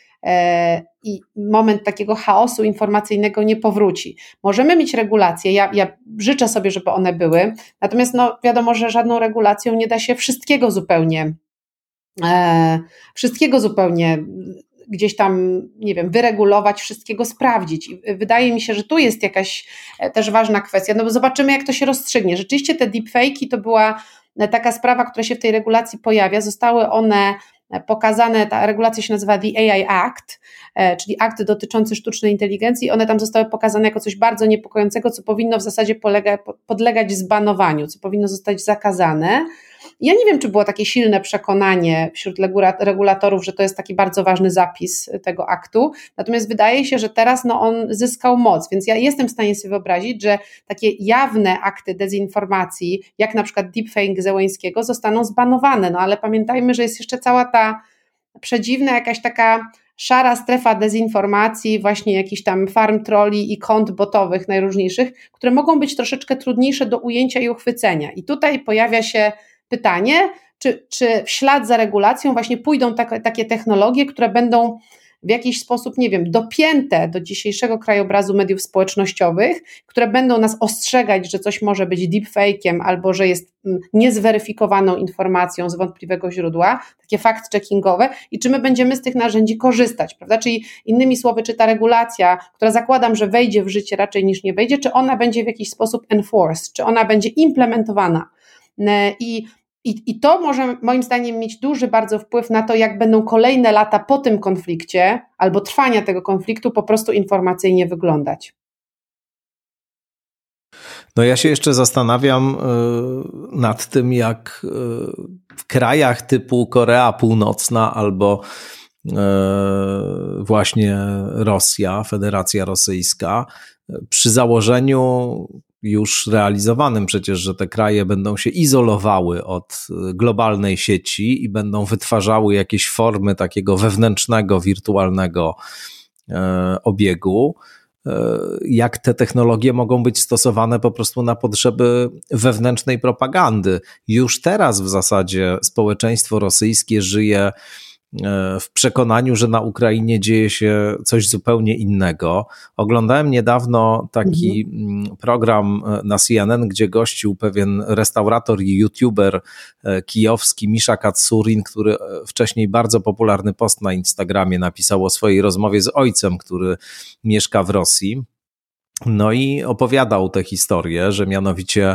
i moment takiego chaosu informacyjnego nie powróci. Możemy mieć regulacje, ja, ja życzę sobie, żeby one były, natomiast no wiadomo, że żadną regulacją nie da się wszystkiego zupełnie e, wszystkiego zupełnie gdzieś tam, nie wiem, wyregulować, wszystkiego sprawdzić. I wydaje mi się, że tu jest jakaś też ważna kwestia, no bo zobaczymy, jak to się rozstrzygnie. Rzeczywiście te deepfake'i to była taka sprawa, która się w tej regulacji pojawia, zostały one pokazane, ta regulacja się nazywa The A I Act, czyli akt dotyczący sztucznej inteligencji, one tam zostały pokazane jako coś bardzo niepokojącego, co powinno w zasadzie polega, podlegać zbanowaniu, co powinno zostać zakazane. Ja nie wiem, czy było takie silne przekonanie wśród regulatorów, że to jest taki bardzo ważny zapis tego aktu, natomiast wydaje się, że teraz no, on zyskał moc, więc ja jestem w stanie sobie wyobrazić, że takie jawne akty dezinformacji, jak na przykład deepfake Zełenskiego, zostaną zbanowane, no ale pamiętajmy, że jest jeszcze cała ta przedziwna jakaś taka szara strefa dezinformacji, właśnie jakichś tam farm trolli i kont botowych najróżniejszych, które mogą być troszeczkę trudniejsze do ujęcia i uchwycenia. I tutaj pojawia się pytanie, czy, czy w ślad za regulacją właśnie pójdą tak, takie technologie, które będą w jakiś sposób, nie wiem, dopięte do dzisiejszego krajobrazu mediów społecznościowych, które będą nas ostrzegać, że coś może być deepfake'iem albo że jest niezweryfikowaną informacją z wątpliwego źródła, takie fact-checkingowe i czy my będziemy z tych narzędzi korzystać, prawda? Czyli innymi słowy, czy ta regulacja, która zakładam, że wejdzie w życie raczej niż nie wejdzie, czy ona będzie w jakiś sposób enforced, czy ona będzie implementowana. I, i, I to może moim zdaniem mieć duży bardzo wpływ na to, jak będą kolejne lata po tym konflikcie albo trwania tego konfliktu po prostu informacyjnie wyglądać. No ja się jeszcze zastanawiam y, nad tym, jak y, w krajach typu Korea Północna albo y, właśnie Rosja, Federacja Rosyjska, przy założeniu już realizowanym przecież, że te kraje będą się izolowały od globalnej sieci i będą wytwarzały jakieś formy takiego wewnętrznego, wirtualnego e, obiegu, e, jak te technologie mogą być stosowane po prostu na potrzeby wewnętrznej propagandy. Już teraz w zasadzie społeczeństwo rosyjskie żyje w przekonaniu, że na Ukrainie dzieje się coś zupełnie innego. Oglądałem niedawno taki mhm. program na C N N, gdzie gościł pewien restaurator i youtuber kijowski Misha Katsurin, który wcześniej bardzo popularny post na Instagramie napisał o swojej rozmowie z ojcem, który mieszka w Rosji. No i opowiadał tę historię, że mianowicie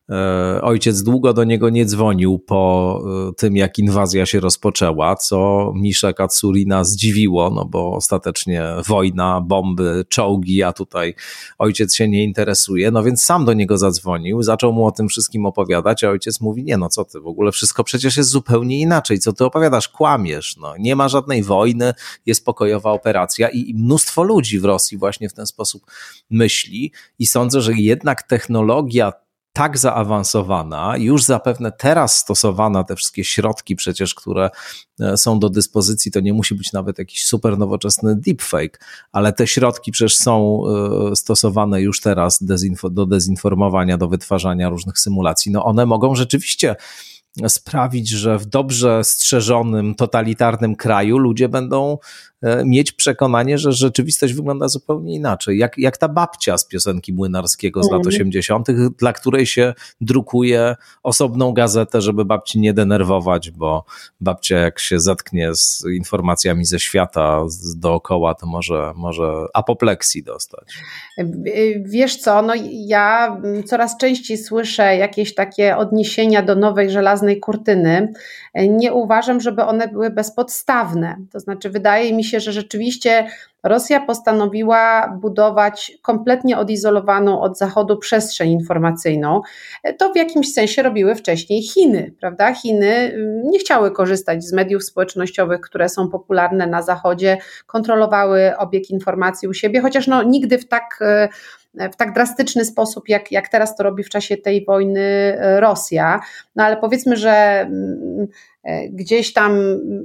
Ojciec długo do niego nie dzwonił po tym, jak inwazja się rozpoczęła, co Misza Katsurina zdziwiło, no bo ostatecznie wojna, bomby, czołgi, a tutaj ojciec się nie interesuje, no więc sam do niego zadzwonił, zaczął mu o tym wszystkim opowiadać, a ojciec mówi, nie no co ty, w ogóle wszystko przecież jest zupełnie inaczej, co ty opowiadasz, kłamiesz, no nie ma żadnej wojny, jest pokojowa operacja i mnóstwo ludzi w Rosji właśnie w ten sposób myśli i sądzę, że jednak technologia tak zaawansowana, już zapewne teraz stosowana, te wszystkie środki przecież, które są do dyspozycji, to nie musi być nawet jakiś super nowoczesny deepfake, ale te środki przecież są stosowane już teraz do dezinformowania, do wytwarzania różnych symulacji. No one mogą rzeczywiście sprawić, że w dobrze strzeżonym, totalitarnym kraju ludzie będą mieć przekonanie, że rzeczywistość wygląda zupełnie inaczej. Jak, jak ta babcia z piosenki Młynarskiego z lat osiemdziesiątych, dla której się drukuje osobną gazetę, żeby babci nie denerwować, bo babcia jak się zetknie z informacjami ze świata dookoła, to może, może apopleksji dostać. Wiesz co, no ja coraz częściej słyszę jakieś takie odniesienia do nowej żelaznej kurtyny. Nie uważam, żeby one były bezpodstawne. To znaczy wydaje mi się, że rzeczywiście Rosja postanowiła budować kompletnie odizolowaną od Zachodu przestrzeń informacyjną. To w jakimś sensie robiły wcześniej Chiny, prawda? Chiny nie chciały korzystać z mediów społecznościowych, które są popularne na Zachodzie, kontrolowały obieg informacji u siebie, chociaż no nigdy w tak w tak drastyczny sposób, jak, jak teraz to robi w czasie tej wojny Rosja. No ale powiedzmy, że gdzieś tam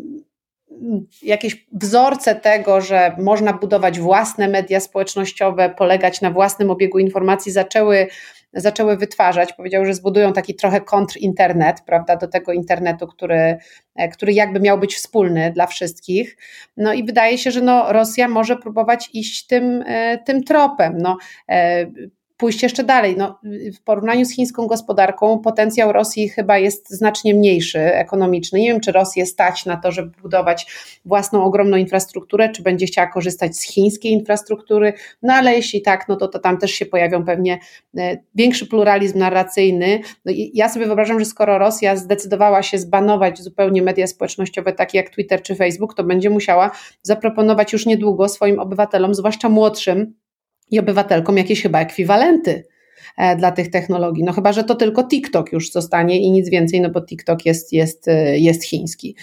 jakieś wzorce tego, że można budować własne media społecznościowe, polegać na własnym obiegu informacji, zaczęły, zaczęły wytwarzać. Powiedział, że zbudują taki trochę kontrinternet, prawda, do tego internetu, który, który jakby miał być wspólny dla wszystkich. No i wydaje się, że no Rosja może próbować iść tym, tym tropem. No, pójść jeszcze dalej. No, w porównaniu z chińską gospodarką potencjał Rosji chyba jest znacznie mniejszy, ekonomiczny. Nie wiem, czy Rosję stać na to, żeby budować własną ogromną infrastrukturę, czy będzie chciała korzystać z chińskiej infrastruktury, no ale jeśli tak, no to, to tam też się pojawią pewnie większy pluralizm narracyjny. No i ja sobie wyobrażam, że skoro Rosja zdecydowała się zbanować zupełnie media społecznościowe takie jak Twitter czy Facebook, to będzie musiała zaproponować już niedługo swoim obywatelom, zwłaszcza młodszym, i obywatelkom jakieś chyba ekwiwalenty dla tych technologii. No chyba, że to tylko TikTok już zostanie i nic więcej, no bo TikTok jest, jest, jest chiński.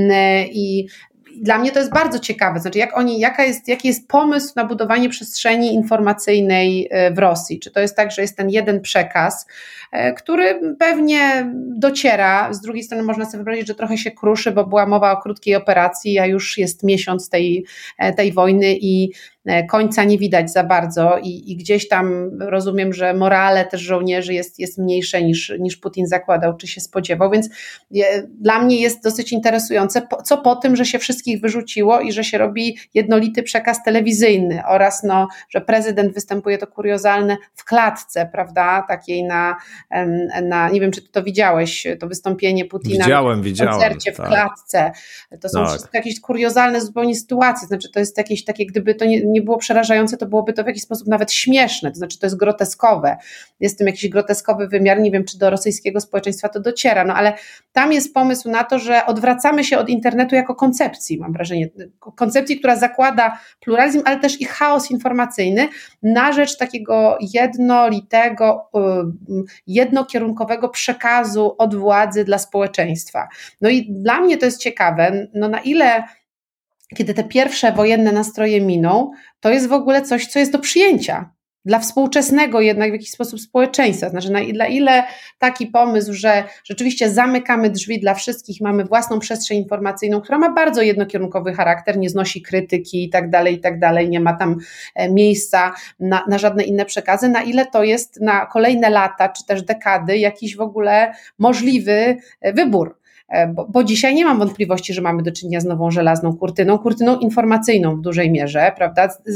I dla mnie to jest bardzo ciekawe, znaczy jak oni, jaka jest, jaki jest pomysł na budowanie przestrzeni informacyjnej w Rosji? Czy to jest tak, że jest ten jeden przekaz, który pewnie dociera, z drugiej strony można sobie wyobrazić, że trochę się kruszy, bo była mowa o krótkiej operacji, a już jest miesiąc tej, tej wojny i końca nie widać za bardzo i, i gdzieś tam rozumiem, że morale też żołnierzy jest, jest mniejsze niż, niż Putin zakładał, czy się spodziewał, więc je, dla mnie jest dosyć interesujące, po, co po tym, że się wszystkich wyrzuciło i że się robi jednolity przekaz telewizyjny oraz no, że prezydent występuje, to kuriozalne, w klatce, prawda, takiej na, na nie wiem, czy ty to widziałeś, to wystąpienie Putina widziałem, w widziałem, koncercie tak. w klatce. To są tak. wszystko jakieś kuriozalne zupełnie sytuacje, znaczy to jest jakieś takie, gdyby to nie, nie było przerażające, to byłoby to w jakiś sposób nawet śmieszne, to znaczy to jest groteskowe, jest w tym jakiś groteskowy wymiar, nie wiem, czy do rosyjskiego społeczeństwa to dociera, no ale tam jest pomysł na to, że odwracamy się od internetu jako koncepcji, mam wrażenie, koncepcji, która zakłada pluralizm, ale też i chaos informacyjny na rzecz takiego jednolitego, jednokierunkowego przekazu od władzy dla społeczeństwa. No i dla mnie to jest ciekawe, no na ile kiedy te pierwsze wojenne nastroje miną, to jest w ogóle coś, co jest do przyjęcia dla współczesnego jednak w jakiś sposób społeczeństwa. Znaczy na ile, ile taki pomysł, że rzeczywiście zamykamy drzwi dla wszystkich, mamy własną przestrzeń informacyjną, która ma bardzo jednokierunkowy charakter, nie znosi krytyki i tak dalej, i tak dalej, nie ma tam miejsca na, na żadne inne przekazy, na ile to jest na kolejne lata czy też dekady jakiś w ogóle możliwy wybór. Bo, bo dzisiaj nie mam wątpliwości, że mamy do czynienia z nową żelazną kurtyną, kurtyną informacyjną w dużej mierze, prawda?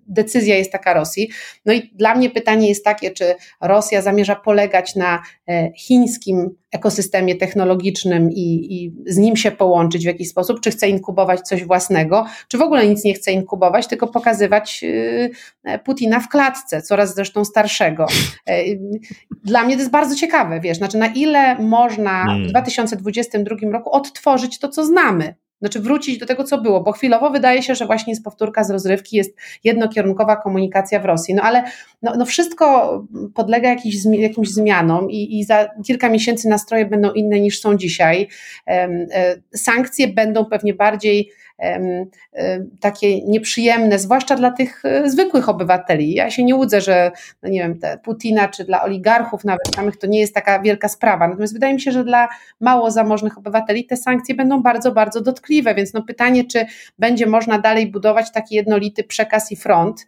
decyzja jest taka Rosji. No i dla mnie pytanie jest takie, czy Rosja zamierza polegać na chińskim ekosystemie technologicznym i, i z nim się połączyć w jakiś sposób, czy chce inkubować coś własnego, czy w ogóle nic nie chce inkubować, tylko pokazywać Putina w klatce, coraz zresztą starszego. Dla mnie to jest bardzo ciekawe, wiesz, znaczy na ile można w dwa tysiące dwudziestym drugim roku odtworzyć to, co znamy. Znaczy wrócić do tego, co było, bo chwilowo wydaje się, że właśnie jest powtórka z rozrywki, jest jednokierunkowa komunikacja w Rosji, no ale no, no wszystko podlega jakiś, jakimś zmianom i, i za kilka miesięcy nastroje będą inne niż są dzisiaj. Sankcje będą pewnie bardziej takie nieprzyjemne, zwłaszcza dla tych zwykłych obywateli. Ja się nie łudzę, że no nie wiem, te Putina czy dla oligarchów nawet samych to nie jest taka wielka sprawa. Natomiast wydaje mi się, że dla mało zamożnych obywateli te sankcje będą bardzo, bardzo dotkliwe, więc no pytanie, czy będzie można dalej budować taki jednolity przekaz i front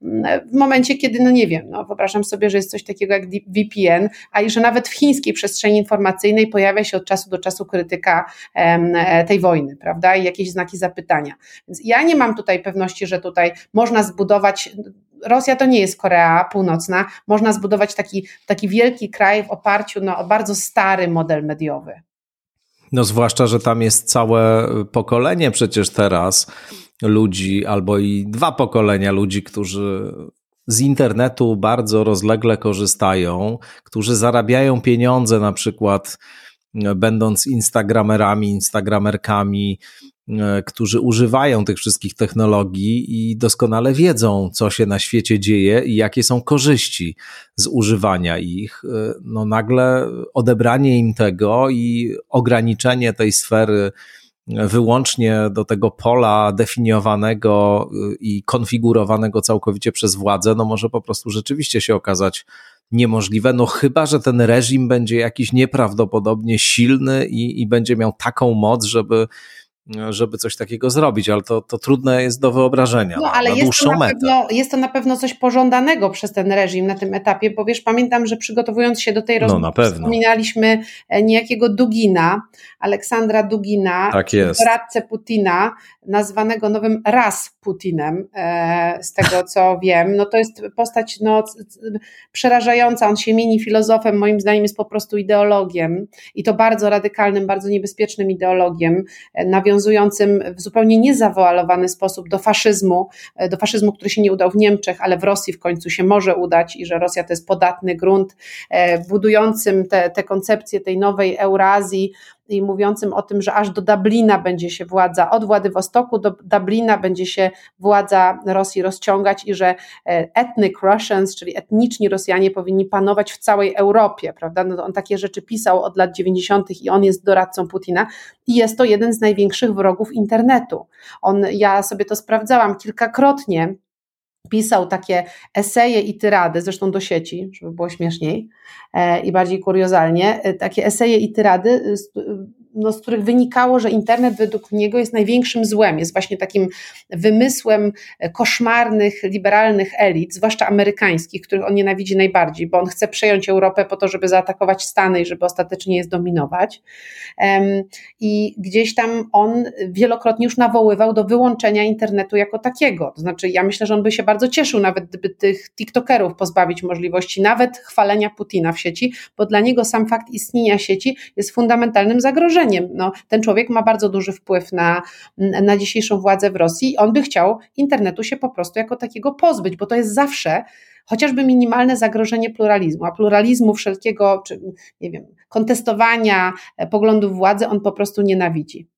w momencie, kiedy, no nie wiem, no wyobrażam sobie, że jest coś takiego jak V P N, a i że nawet w chińskiej przestrzeni informacyjnej pojawia się od czasu do czasu krytyka tej wojny, prawda, i jakieś znaki zapytania. Więc ja nie mam tutaj pewności, że tutaj można zbudować, Rosja to nie jest Korea Północna, można zbudować taki, taki wielki kraj w oparciu no, o bardzo stary model mediowy. No zwłaszcza, że tam jest całe pokolenie przecież teraz ludzi, albo i dwa pokolenia ludzi, którzy z internetu bardzo rozlegle korzystają, którzy zarabiają pieniądze na przykład będąc instagramerami, instagramerkami, którzy używają tych wszystkich technologii i doskonale wiedzą, co się na świecie dzieje i jakie są korzyści z używania ich. No nagle odebranie im tego i ograniczenie tej sfery wyłącznie do tego pola definiowanego i konfigurowanego całkowicie przez władzę, no może po prostu rzeczywiście się okazać niemożliwe, no chyba że ten reżim będzie jakiś nieprawdopodobnie silny i, i będzie miał taką moc, żeby żeby coś takiego zrobić, ale to, to trudne jest do wyobrażenia no, na, ale na jest dłuższą to na metę. Pewno, jest to na pewno coś pożądanego przez ten reżim na tym etapie, bo wiesz, pamiętam, że przygotowując się do tej rozmowy, no, na pewno. Wspominaliśmy niejakiego Dugina, Aleksandra Dugina, tak jest. doradcę Putina, nazwanego nowym Rasputinem, z tego co wiem. No to jest postać no, przerażająca, on się mieni filozofem, moim zdaniem jest po prostu ideologiem i to bardzo radykalnym, bardzo niebezpiecznym ideologiem, nawiązującym w zupełnie niezawoalowany sposób do faszyzmu, do faszyzmu, który się nie udał w Niemczech, ale w Rosji w końcu się może udać i że Rosja to jest podatny grunt, budującym te, te koncepcje tej nowej Eurazji i mówiącym o tym, że aż do Dublina będzie się władza, od Władywostoku do Dublina będzie się władza Rosji rozciągać i że ethnic Russians, czyli etniczni Rosjanie powinni panować w całej Europie, prawda? No to on takie rzeczy pisał od lat dziewięćdziesiątych i on jest doradcą Putina i jest to jeden z największych wrogów internetu. On, ja sobie to sprawdzałam kilkakrotnie, pisał takie eseje i tyrady, zresztą do sieci, żeby było śmieszniej e, i bardziej kuriozalnie, e, takie eseje i tyrady, z, no, z których wynikało, że internet według niego jest największym złem, jest właśnie takim wymysłem koszmarnych, liberalnych elit, zwłaszcza amerykańskich, których on nienawidzi najbardziej, bo on chce przejąć Europę po to, żeby zaatakować Stany i żeby ostatecznie je zdominować. Um, I gdzieś tam on wielokrotnie już nawoływał do wyłączenia internetu jako takiego. To znaczy, ja myślę, że on by się bardzo cieszył, nawet gdyby tych tiktokerów pozbawić możliwości nawet chwalenia Putina w sieci, bo dla niego sam fakt istnienia sieci jest fundamentalnym zagrożeniem. No, ten człowiek ma bardzo duży wpływ na, na dzisiejszą władzę w Rosji i on by chciał internetu się po prostu jako takiego pozbyć, bo to jest zawsze chociażby minimalne zagrożenie pluralizmu, a pluralizmu wszelkiego, czy nie wiem, kontestowania poglądów władzy on po prostu nienawidzi.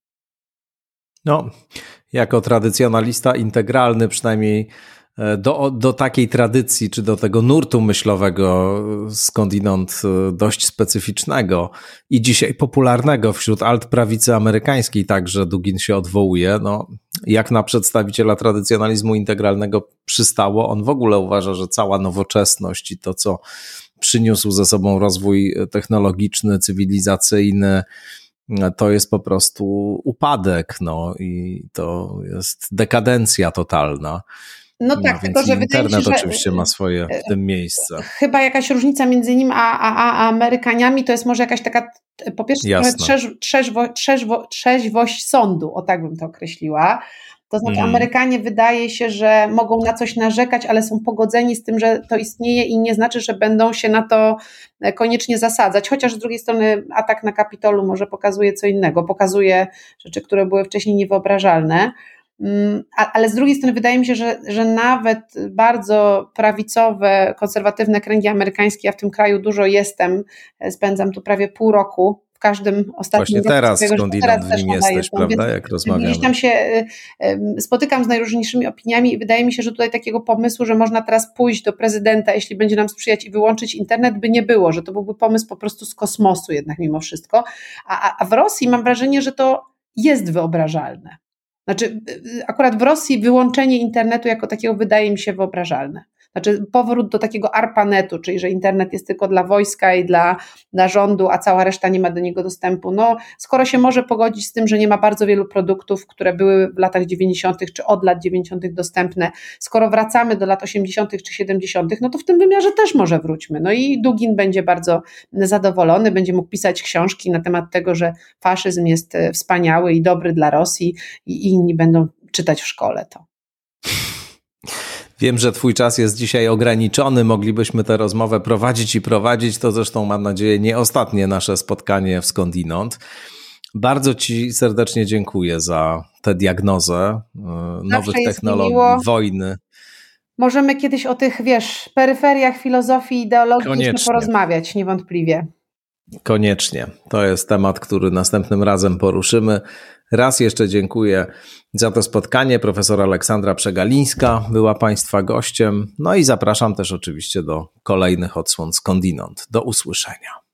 No, jako tradycjonalista integralny przynajmniej do, do takiej tradycji, czy do tego nurtu myślowego skądinąd dość specyficznego i dzisiaj popularnego wśród alt-prawicy amerykańskiej także Dugin się odwołuje, no jak na przedstawiciela tradycjonalizmu integralnego przystało, on w ogóle uważa, że cała nowoczesność i to, co przyniósł ze sobą rozwój technologiczny, cywilizacyjny, to jest po prostu upadek, no i to jest dekadencja totalna. No tak, no, tylko że internet wydaje się, że oczywiście ma swoje w tym miejsce. Chyba jakaś różnica między nim a, a, a Amerykaniami to jest może jakaś taka, po pierwsze trzeźwo, trzeźwo, trzeźwo, trzeźwość sądu, o tak bym to określiła. To znaczy Mhm. Amerykanie wydaje się, że mogą na coś narzekać, ale są pogodzeni z tym, że to istnieje i nie znaczy, że będą się na to koniecznie zasadzać, chociaż z drugiej strony atak na Kapitolu może pokazuje co innego, pokazuje rzeczy, które były wcześniej niewyobrażalne. Ale z drugiej strony wydaje mi się, że, że nawet bardzo prawicowe, konserwatywne kręgi amerykańskie, ja w tym kraju dużo jestem, spędzam tu prawie pół roku, w każdym ostatnim Właśnie teraz roku skądinąd w nim jesteś, jestem, prawda, jak rozmawiamy. Gdzieś tam się spotykam z najróżniejszymi opiniami i wydaje mi się, że tutaj takiego pomysłu, że można teraz pójść do prezydenta, jeśli będzie nam sprzyjać i wyłączyć internet, by nie było, że to byłby pomysł po prostu z kosmosu jednak mimo wszystko, a, a w Rosji mam wrażenie, że to jest wyobrażalne. Znaczy, akurat w Rosji wyłączenie internetu jako takiego wydaje mi się wyobrażalne. Znaczy powrót do takiego ARPANET-u, czyli że internet jest tylko dla wojska i dla, dla rządu, a cała reszta nie ma do niego dostępu. No, skoro się może pogodzić z tym, że nie ma bardzo wielu produktów, które były w latach dziewięćdziesiątych czy od lat dziewięćdziesiątych dostępne, skoro wracamy do lat osiemdziesiątych czy siedemdziesiątych, no to w tym wymiarze też może wróćmy. No i Dugin będzie bardzo zadowolony, będzie mógł pisać książki na temat tego, że faszyzm jest wspaniały i dobry dla Rosji i inni będą czytać w szkole to. Wiem, że twój czas jest dzisiaj ograniczony, moglibyśmy tę rozmowę prowadzić i prowadzić, to zresztą mam nadzieję nie ostatnie nasze spotkanie w Skądinąd. Bardzo ci serdecznie dziękuję za tę diagnozę nowych technologii, wojny. Możemy kiedyś o tych, wiesz, peryferiach filozofii, ideologii porozmawiać, niewątpliwie. Koniecznie. To jest temat, który następnym razem poruszymy. Raz jeszcze dziękuję za to spotkanie. Profesor Aleksandra Przegalińska była Państwa gościem. No i zapraszam też oczywiście do kolejnych odsłon Skądinąd. Do usłyszenia.